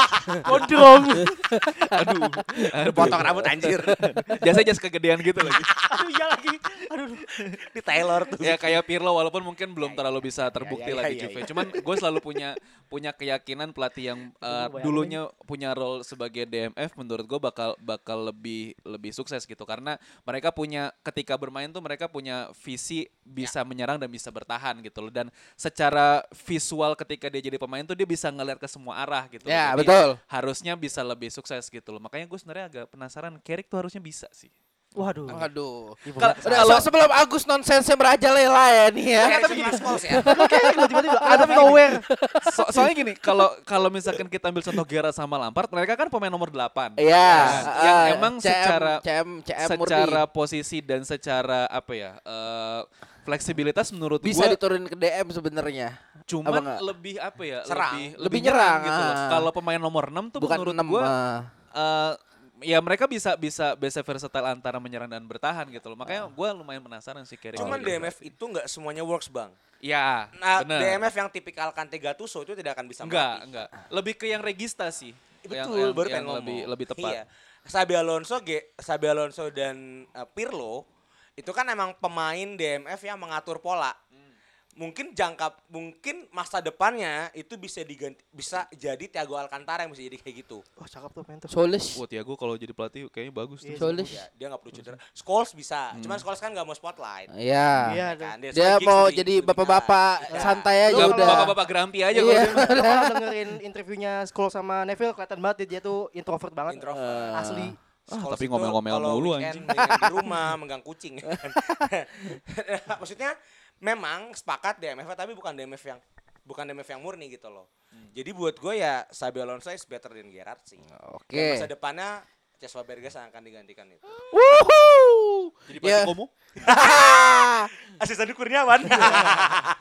Gondrong. aduh, aduh. Potong rambut anjir. Jasanya jas kegedean gitu lagi. Aduh iya lagi. Aduh. Di Taylor tuh. Ya kayak Pirlo walaupun mungkin belum terlalu bisa ya, terbukti ya, lah di ya, Juve. ya. Cuman gue selalu punya punya keyakinan pelatih yang uh, bayangin. dulunya punya role sebagai D M F menurut gue bakal bakal lebih lebih sukses gitu karena mereka punya ketika bermain tuh mereka punya visi bisa menyerang dan bisa bertahan gitu loh dan secara visual ketika dia jadi pemain tuh dia bisa ngeliat ke semua arah gitu. loh. Ya, Jadi betul. harusnya bisa lebih sukses gitu loh. Makanya gue sebenarnya agak penasaran Carrick tuh harusnya bisa sih. Waduh. Aduh. Kalau Udah, se- sebelum Agus nonsensnya merajalela ya nih ya. Kayak tapi Mas Scholes ya. Tiba-tiba out of nowhere. So- soalnya gini, kalau kalau misalkan kita ambil contoh Gerrard sama Lampard, mereka kan pemain nomor delapan. Iya. Nah, yang ah, emang C M, secara C M, C M murni. secara posisi dan secara apa ya? eh, fleksibilitas menurut Bisa gua diturunin ke D M sebenarnya. Apa cuman enggak? lebih apa ya? Serang. Lebih Lebih nyerang, gitu loh. ah. Kalau pemain nomor enam tuh Bukan menurut enam. gua ah. eh, ya mereka bisa bisa bisa versatile antara menyerang dan bertahan gitu loh. Makanya gua lumayan penasaran sih Carrick. Cuman kalau D gitu. M F itu nggak semuanya works, Bang. Ya, Nah, bener. D M F yang tipikal Kante Gattuso itu tidak akan bisa enggak, melatih. enggak. Lebih ke yang regista sih. Betul, yang, yang, baru yang pengen ngomong. lebih lebih tepat. Iya. Xabi Alonso, Ge, Xabi Alonso dan uh, Pirlo itu kan emang pemain D M F yang mengatur pola. Mungkin jangka mungkin masa depannya itu bisa diganti bisa jadi Thiago Alcantara yang bisa jadi kayak gitu. Oh cakep tuh main tuh. Solis. Wah, Thiago kalau jadi pelatih kayaknya bagus tuh. Iya, Solis. Ya, dia nggak perlu cedera. Scholes bisa, cuman Scholes kan nggak mau spotlight. Iya. Iya. Ya kan? Dia soalnya mau gigs jadi lebih- bapak-bapak lebih benar. santai aja Enggak, udah. bapak-bapak Grampi aja Iya. kalau dia. Lu kalau dengerin interviewnya Scholes sama Neville kelihatan banget dia, dia tuh introvert banget. Introvert. Asli. Ah, Scholes tapi itu ngomel-ngomel kalau mulu, weekend anjing. mendingan di rumah menggang kucing. ya kan. Maksudnya memang sepakat D M F tapi bukan D M F yang bukan D M F yang murni gitu loh. Jadi buat gue ya Xabi Alonso is better than Gerrard sih. Oke. Dan masa depannya Cesc Fabregas yang akan digantikan itu. Wuhuu. Jadi Ya. pelatih Komo. Asisten Kurniawan.